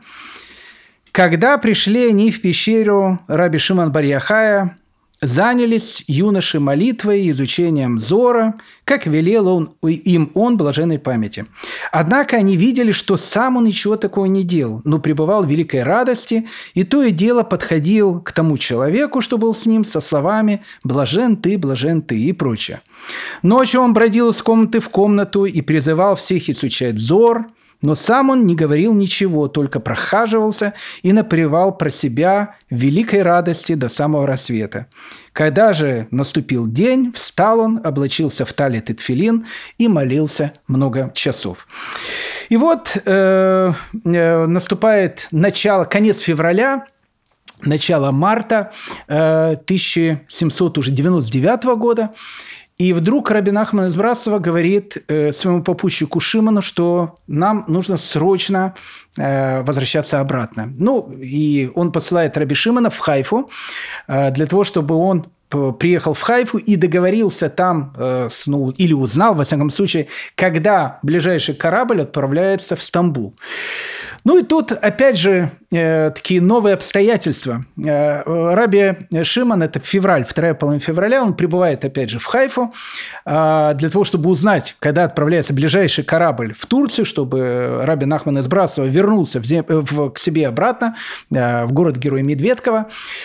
Когда пришли они в пещеру Раби Шимон бар Йохая, занялись юноши молитвой, изучением Зора, как велел он, им он блаженной памяти. Однако они видели, что сам он ничего такого не делал, но пребывал в великой радости, и то и дело подходил к тому человеку, что был с ним, со словами «блажен ты, блажен ты» и прочее. Ночью он бродил из комнаты в комнату и призывал всех изучать Зор, но сам он не говорил ничего, только прохаживался и напевал про себя в великой радости до самого рассвета. Когда же наступил день, встал он, облачился в талит и тфилин и молился много часов. И вот э, э, наступает начало, конец февраля, начало марта э, тысяча семьсот девяносто девятого года. И вдруг Раби Нахман из Браслова говорит э, своему попутчику Шимону, что нам нужно срочно э, возвращаться обратно. Ну, и он посылает Раби Шимона в Хайфу э, для того, чтобы он приехал в Хайфу и договорился там, э, с, ну, или узнал, во всяком случае, когда ближайший корабль отправляется в Стамбул. Ну и тут, опять же, э, такие новые обстоятельства. Э, Раби Шимон, это февраль, вторая половина февраля, он прибывает, опять же, в Хайфу э, для того, чтобы узнать, когда отправляется ближайший корабль в Турцию, чтобы Раби Нахман из Братства вернулся в зем... в... к себе обратно, э, в город-герой Медведково.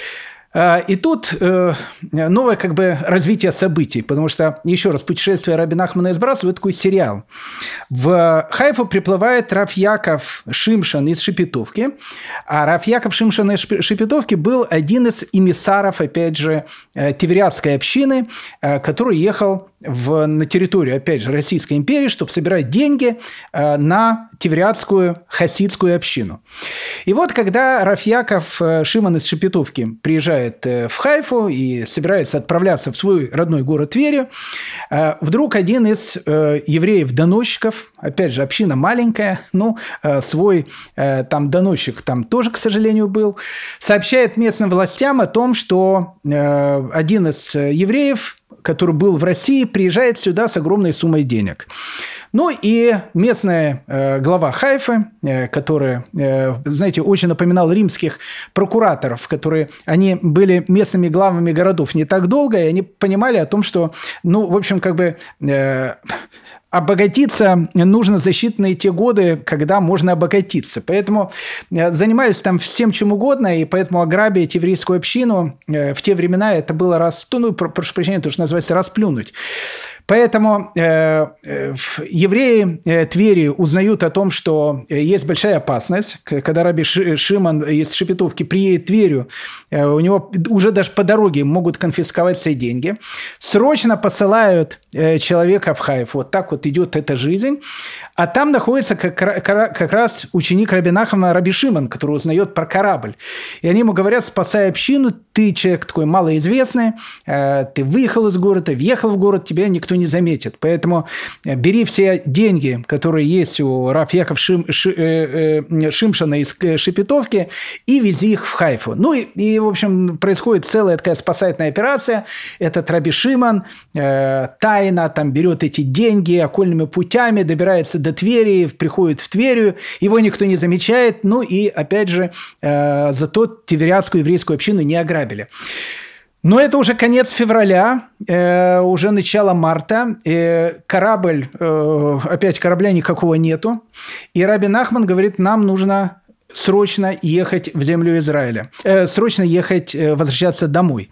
И тут новое как бы развитие событий, потому что, еще раз, «Путешествие Раби Нахмана из Братства» – это такой сериал. В Хайфу приплывает Рав Яков Шимшон из Шепетовки, а Рав Яков Шимшон из Шепетовки был один из эмиссаров, опять же, Тивериадской общины, который ехал в, на территорию, опять же, Российской империи, чтобы собирать деньги на Тивериадскую хасидскую общину. И вот, когда Рав Яков Шимон из Шепетовки приезжает в Хайфу и собирается отправляться в свой родной город Тверь, вдруг один из евреев-доносчиков, опять же, община маленькая, ну, свой там доносчик там тоже, к сожалению, был, сообщает местным властям о том, что один из евреев, который был в России, приезжает сюда с огромной суммой денег. Ну и местная э, глава Хайфы, э, которая, э, знаете, очень напоминала римских прокураторов, которые, они были местными главами городов не так долго, и они понимали о том, что, ну, в общем, как бы... Э, обогатиться нужно за считанные те годы, когда можно обогатиться. Поэтому занимались там всем чем угодно, и поэтому ограбить еврейскую общину в те времена это было раз, ну, прошу прощения, то, что называется, расплюнуть. Поэтому э, э, евреи э, Твери узнают о том, что есть большая опасность. Когда Раби Шимон из Шепетовки приедет в Тверь, э, у него уже даже по дороге могут конфисковать все деньги. Срочно посылают э, человека в Хайфу. Вот так вот идет эта жизнь. А там находится как, как раз ученик Раби Нахмана Раби Шимон, который узнает про корабль. И они ему говорят: спасай общину, ты человек такой малоизвестный, э, ты выехал из города, въехал в город, тебя никто не заметит. Поэтому бери все деньги, которые есть у Рав Яков Шим, Ши, э, э, Шимшона из Шепетовки, и вези их в Хайфу. Ну и, и, в общем, происходит целая такая спасательная операция. Этот Раби Шимон э, тайно там берет эти деньги окольными путями, добирается до Твери, приходит в Тверь, его никто не замечает. Ну и, опять же, э, зато тивериадскую еврейскую общину не ограбили. Но это уже конец февраля, э, уже начало марта. Э, корабль, э, опять корабля никакого нету. И Раби Нахман говорит: нам нужно срочно ехать в землю Израиля. Э, срочно ехать, э, возвращаться домой.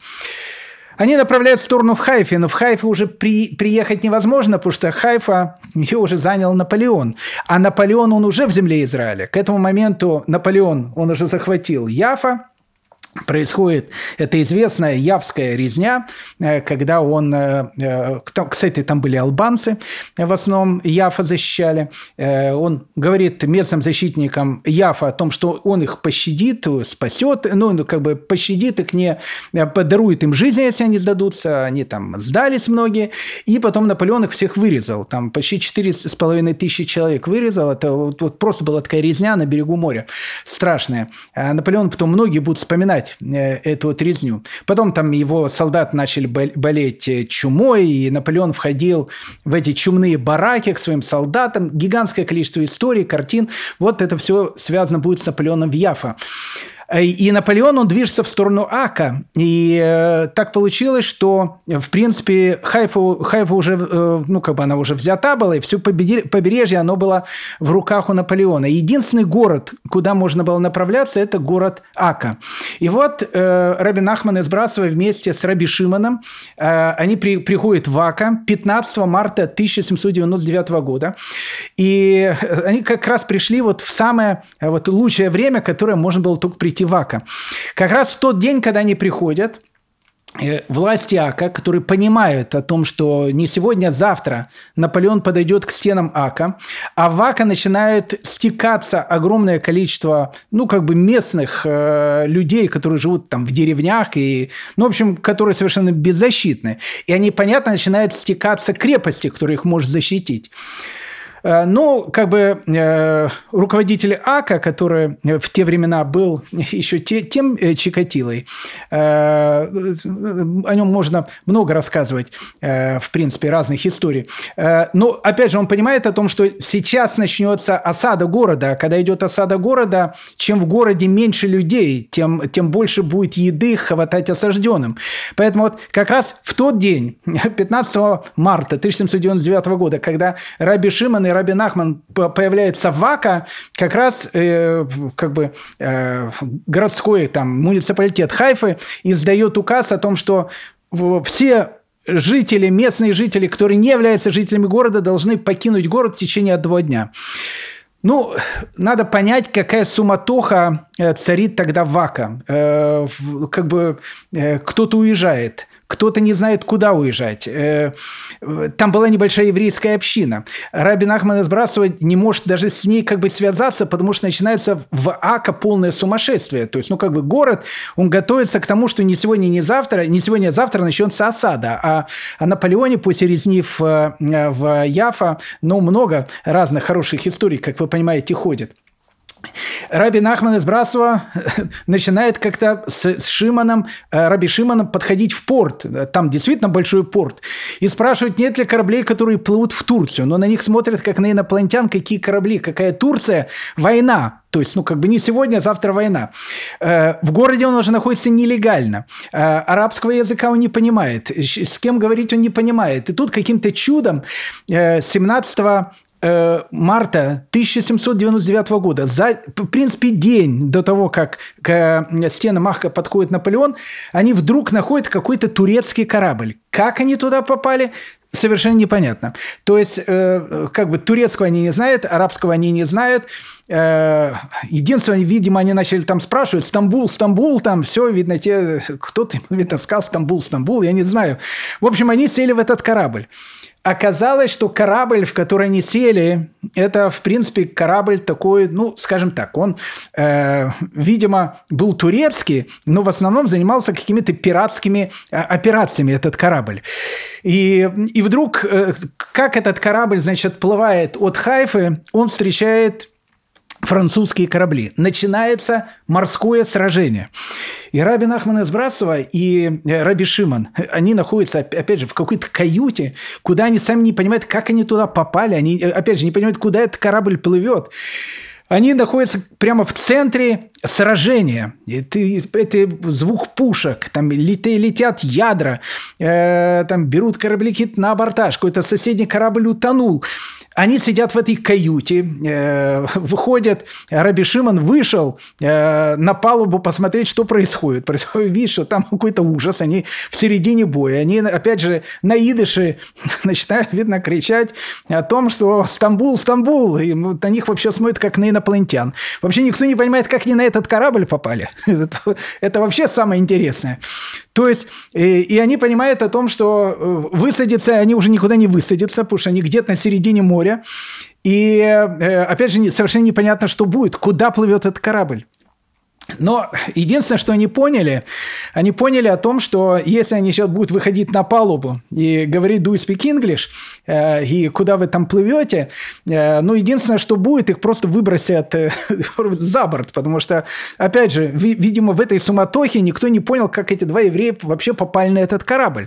Они направляют в сторону в Хайфе, но в Хайфе уже при, приехать невозможно, потому что Хайфа, ее уже занял Наполеон. А Наполеон, он уже в земле Израиля. К этому моменту Наполеон, он уже захватил Яфа. Происходит эта известная явская резня, когда он... Кстати, там были албанцы, в основном Яфа защищали. Он говорит местным защитникам Яфа о том, что он их пощадит, спасет, ну, как бы пощадит их, не подарует им жизнь, если они сдадутся. Они там сдались многие. И потом Наполеон их всех вырезал. Там почти четыре с половиной тысячи человек вырезал. Это вот, вот просто была такая резня на берегу моря. Страшная. А Наполеон потом многие будут вспоминать эту вот резню. Потом там его солдаты начали болеть чумой, и Наполеон входил в эти чумные бараки к своим солдатам. Гигантское количество историй, картин. Вот это все связано будет с Наполеоном в Яфа. И Наполеон, он движется в сторону Ака. И э, так получилось, что, в принципе, Хайфа, Хайфа уже, э, ну, как бы она уже взята была, и все побережье, оно было в руках у Наполеона. Единственный город, куда можно было направляться, это город Ака. И вот э, Раби Нахман из Братства вместе с Раби Шимоном, э, они при, приходят в Ака пятнадцатого марта тысяча семьсот девяносто девятого года. И они как раз пришли вот в самое вот, лучшее время, которое можно было только прийти в Ака. Как раз в тот день, когда они приходят, власти Ака, которые понимают о том, что не сегодня, а завтра Наполеон подойдет к стенам Ака, а в Ака начинает стекаться огромное количество, ну, как бы местных э, людей, которые живут там в деревнях, и, ну, в общем, которые совершенно беззащитны. И они, понятно, начинают стекаться к крепости, которая их может защитить. Ну, как бы э, руководитель АКа, который в те времена был еще те, тем Чикатилой, э, о нем можно много рассказывать, э, в принципе, разных историй. Э, но, опять же, он понимает о том, что сейчас начнется осада города. Когда идет осада города, чем в городе меньше людей, тем, тем больше будет еды хватать осажденным. Поэтому вот как раз в тот день, пятнадцатого марта тысяча семьсот девяносто девятого года, когда Раби Шимон и Раби Нахман появляются в Ака, как раз э, как бы, э, городской там, муниципалитет Хайфы издает указ о том, что все жители, местные жители, которые не являются жителями города, должны покинуть город в течение одного дня. Ну, надо понять, какая суматоха царит тогда в Ака. Э, как бы э, кто-то уезжает, кто-то не знает, куда уезжать. Там была небольшая еврейская община. Раби Нахман из Браслова не может даже с ней как бы связаться, потому что начинается в Ака полное сумасшествие. То есть, ну, как бы город, он готовится к тому, что не сегодня, не завтра, не сегодня, а завтра начнется осада. А о Наполеоне после резни в, в Яфа, ну, много разных хороших историй, как вы понимаете, ходит. Раби Нахман из Браслова начинает как-то с, с Шимоном, Раби Шимоном подходить в порт. Там действительно большой порт. И спрашивать, нет ли кораблей, которые плывут в Турцию. Но на них смотрят, как на инопланетян, какие корабли, какая Турция, война. То есть, ну, как бы не сегодня, а завтра война. В городе он уже находится нелегально. Арабского языка он не понимает. С кем говорить он не понимает. И тут каким-то чудом семнадцатого марта тысяча семьсот девяносто девятого года, за, в принципе, день до того, как к стенам Ака подходит Наполеон, они вдруг находят какой-то турецкий корабль. Как они туда попали, совершенно непонятно. То есть, э, как бы турецкого они не знают, арабского они не знают. Э, единственное, видимо, они начали там спрашивать, Стамбул, Стамбул, там все, видно, те, кто-то, видно, сказал Стамбул, Стамбул, я не знаю. В общем, они сели в этот корабль. Оказалось, что корабль, в который они сели, это, в принципе, корабль такой, ну, скажем так, он, э, видимо, был турецкий, но в основном занимался какими-то пиратскими э, операциями, этот корабль. И, и вдруг, э, как этот корабль, значит, отплывает от Хайфы, он встречает французские корабли. Начинается морское сражение. И Раби Нахман из Браслова и Раби Шимон, они находятся, опять же, в какой-то каюте, куда они сами не понимают, как они туда попали. Они, опять же, не понимают, куда этот корабль плывет. Они находятся прямо в центре сражения. Это, это звук пушек, там летят ядра, э, там берут корабли на абордаж, какой-то соседний корабль утонул. Они сидят в этой каюте, э, выходят, Раби Шимон вышел э, на палубу посмотреть, что происходит. Происходит, видишь, что там какой-то ужас, они в середине боя. Они, опять же, на идыше начинают, видно, кричать о том, что Стамбул, Стамбул, и на них вообще смотрят, как на инопланетян. Вообще никто не понимает, как они на этот корабль попали. Это, это вообще самое интересное. То есть, и, и они понимают о том, что высадиться, они уже никуда не высадятся, потому что они где-то на середине моря. И, опять же, совершенно непонятно, что будет, куда плывет этот корабль. Но единственное, что они поняли, они поняли о том, что если они сейчас будут выходить на палубу и говорить «do you speak English», э, и куда вы там плывете, э, ну, единственное, что будет, их просто выбросят э, за борт, потому что, опять же, ви- видимо, в этой суматохе никто не понял, как эти два еврея вообще попали на этот корабль.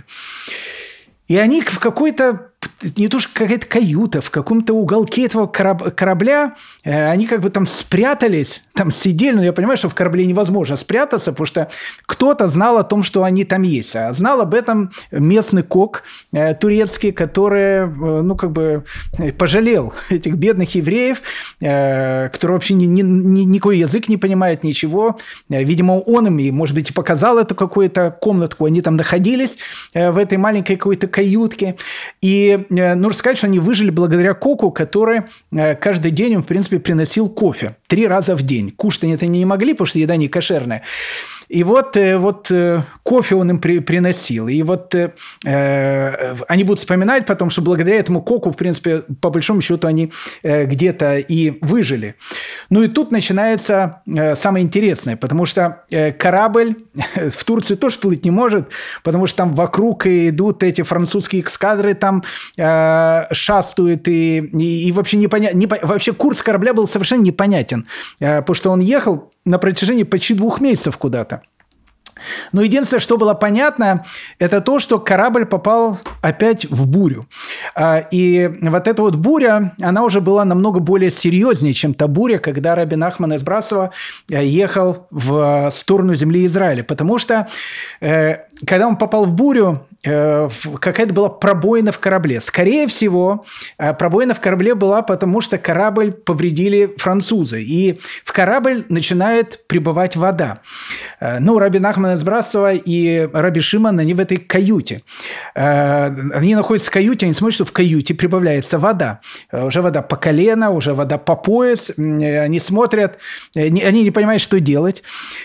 И они в какой-то, не то что какая-то каюта, в каком-то уголке этого корабля, э, они как бы там спрятались, там сидели, но я понимаю, что в корабле невозможно спрятаться, потому что кто-то знал о том, что они там есть. А знал об этом местный кок э, турецкий, который, э, ну, как бы пожалел этих бедных евреев, э, которые вообще ни, ни, ни, никакой язык не понимают, ничего. Э, видимо, он им, может быть, и показал эту какую-то комнатку. Они там находились э, в этой маленькой какой-то каютке. И нужно сказать, что они выжили благодаря коку, который каждый день им, в принципе, приносил кофе. Три раза в день. Кушать они это не могли, потому что еда не кошерная. И вот, вот кофе он им при, приносил. И вот э, они будут вспоминать потом, что благодаря этому коку, в принципе, по большому счету, они э, где-то и выжили. Ну и тут начинается э, самое интересное, потому что э, корабль в Турцию тоже плыть не может, потому что там вокруг идут эти французские эскадры, там э, шастают, и, и, и вообще, непоня... не, вообще курс корабля был совершенно непонятен, э, потому что он ехал на протяжении почти двух месяцев куда-то. Но единственное, что было понятно, это то, что корабль попал опять в бурю. И вот эта вот буря, она уже была намного более серьезнее, чем та буря, когда Раби Нахман из Браслова ехал в сторону земли Израиля. Потому что, когда он попал в бурю, какая-то была пробоина в корабле. Скорее всего, пробоина в корабле была, потому что корабль повредили французы. И в корабль начинает прибывать вода. Ну, Раби Нахман из Браслова и Раби Шимон, они в этой каюте. Они находятся в каюте, они смотрят, что в каюте прибавляется вода. Уже вода по колено, уже вода по пояс. Они смотрят, они не понимают, что делать.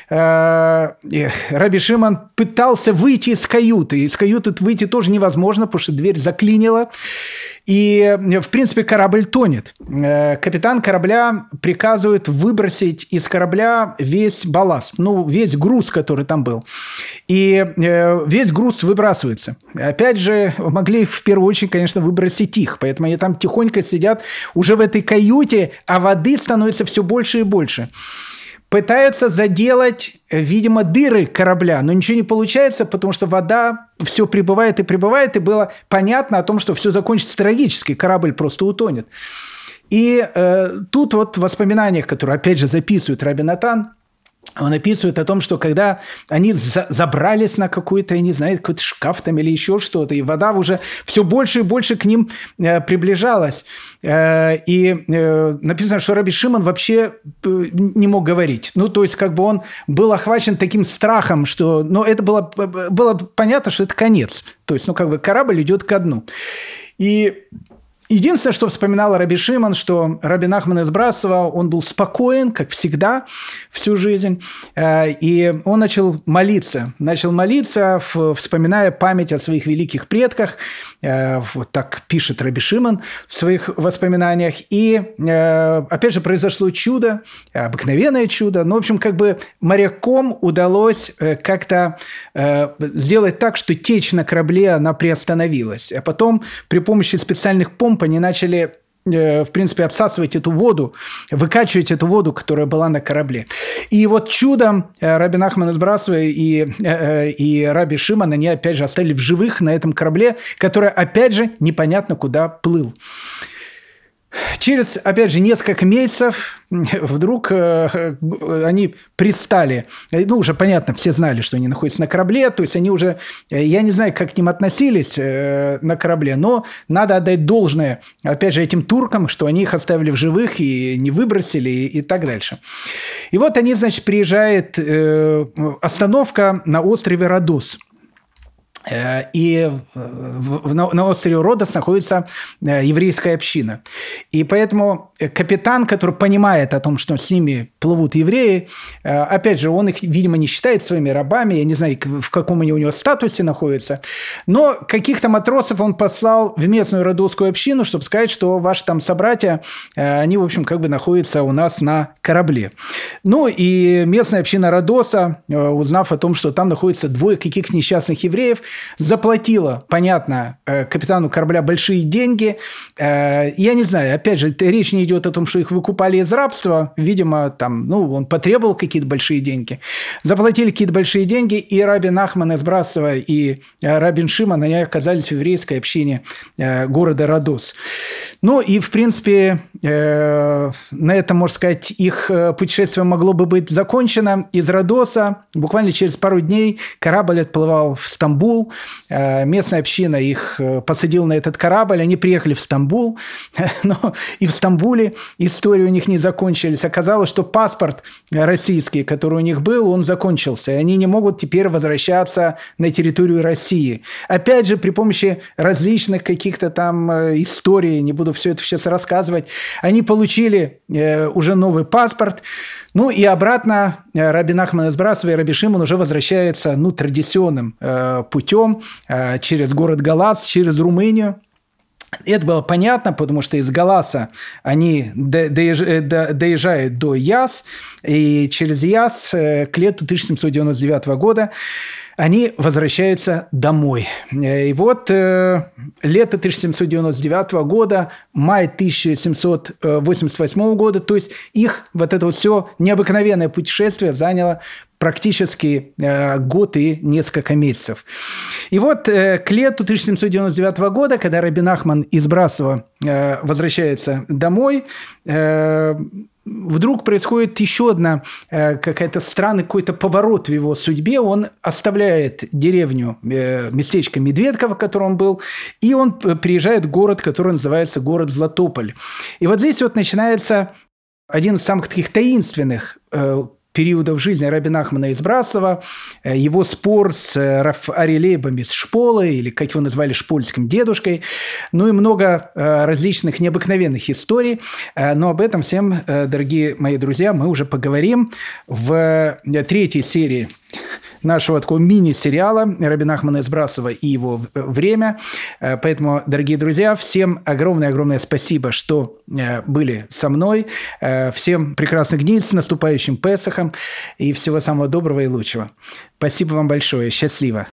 Раби Шимон пытался выйти из каюты. Из каюты выйти тоже невозможно, потому что дверь заклинила. И, в принципе, корабль тонет. Капитан корабля приказывает выбросить из корабля весь балласт, ну, весь груз, который там был. И весь груз выбрасывается. Опять же, могли в первую очередь, конечно, выбросить их. Поэтому они там тихонько сидят уже в этой каюте, а воды становится все больше и больше. Пытаются заделать, видимо, дыры корабля, но ничего не получается, потому что вода все прибывает и прибывает, и было понятно о том, что все закончится трагически, корабль просто утонет. И э, тут вот в воспоминаниях, которые, опять же, записывает Раби Натан, он описывает о том, что когда они за- забрались на какой-то, я не знаю, какой-то шкаф там или еще что-то, и вода уже все больше и больше к ним э, приближалась. Э, и э, написано, что Раби Шимон вообще э, не мог говорить. Ну, то есть, как бы он был охвачен таким страхом, что... Но это было, было понятно, что это конец. То есть, ну, как бы корабль идет ко дну. И... Единственное, что вспоминал Раби Шимон, что Раби Нахман из Браслова, он был спокоен, как всегда, всю жизнь. И он начал молиться. Начал молиться, вспоминая память о своих великих предках. Вот так пишет Раби Шимон в своих воспоминаниях. И, опять же, произошло чудо, обыкновенное чудо. Ну, в общем, как бы морякам удалось как-то сделать так, что течь на корабле, она приостановилась. А потом при помощи специальных помп они начали, в принципе, отсасывать эту воду, выкачивать эту воду, которая была на корабле. И вот чудом Раби Нахман из Браслова и, и Раби Шимон, они опять же остались в живых на этом корабле, который, опять же, непонятно куда плыл. Через, опять же, несколько месяцев вдруг э, они пристали. Ну, уже понятно, все знали, что они находятся на корабле. То есть, они уже... Я не знаю, как к ним относились э, на корабле, но надо отдать должное, опять же, этим туркам, что они их оставили в живых и не выбросили и, и так дальше. И вот они, значит, приезжает э, остановка на острове Родос. И на острове Родос находится еврейская община. И поэтому капитан, который понимает о том, что с ними плывут евреи, опять же, он их, видимо, не считает своими рабами, я не знаю, в каком они у него статусе находятся, но каких-то матросов он послал в местную родосскую общину, чтобы сказать, что ваши там собратья, они, в общем, как бы находятся у нас на корабле. Ну, и местная община Родоса, узнав о том, что там находится двое каких-то несчастных евреев, заплатила, понятно, капитану корабля большие деньги. Я не знаю, опять же, речь не идет о том, что их выкупали из рабства. Видимо, там, ну, он потребовал какие-то большие деньги. Заплатили какие-то большие деньги, и Раби Нахман из Браслова и Раби Шимон, они оказались в еврейской общине города Родос. Ну, и, в принципе, на этом, можно сказать, их путешествие могло бы быть закончено. Из Родоса буквально через пару дней корабль отплывал в Стамбул. Стамбул. Местная община их посадила на этот корабль, они приехали в Стамбул, но и в Стамбуле истории у них не закончились. Оказалось, что паспорт российский, который у них был, он закончился, и они не могут теперь возвращаться на территорию России. Опять же, при помощи различных каких-то там историй, не буду все это сейчас рассказывать, они получили уже новый паспорт. Ну и обратно Раби Нахман из Браслова и Раби Шимон уже возвращаются ну, традиционным э, путем э, через город Галас, через Румынию. Это было понятно, потому что из Галаса они доезжают до Яс, и через Яс к лету тысяча семьсот девяносто девятого года они возвращаются домой. И вот э, лето тысяча семьсот девяносто девятого года, май тысяча семьсот восемьдесят восьмого года, то есть их вот это вот все необыкновенное путешествие заняло практически э, год и несколько месяцев. И вот э, к лету тысяча семьсот девяносто девятого года, когда Раби Нахман из Браслова э, возвращается домой, э, вдруг происходит еще одна э, какая-то странный какой-то поворот в его судьбе. Он оставляет деревню, э, местечко Медведково, в котором он был, и он приезжает в город, который называется город Златополь. И вот здесь вот начинается один из самых таких таинственных э, периодов жизни Раби Нахмана из Браслова, его спор с Рав Ари Лейбом из Шполы, или как его назвали, шпольским дедушкой, ну и много различных необыкновенных историй. Но об этом всем, дорогие мои друзья, мы уже поговорим в третьей серии нашего такого мини-сериала Раби Нахмана из Браслова и его время. Поэтому, дорогие друзья, всем огромное-огромное спасибо, что были со мной. Всем прекрасных дней с наступающим Песахом и всего самого доброго и лучшего. Спасибо вам большое. Счастливо.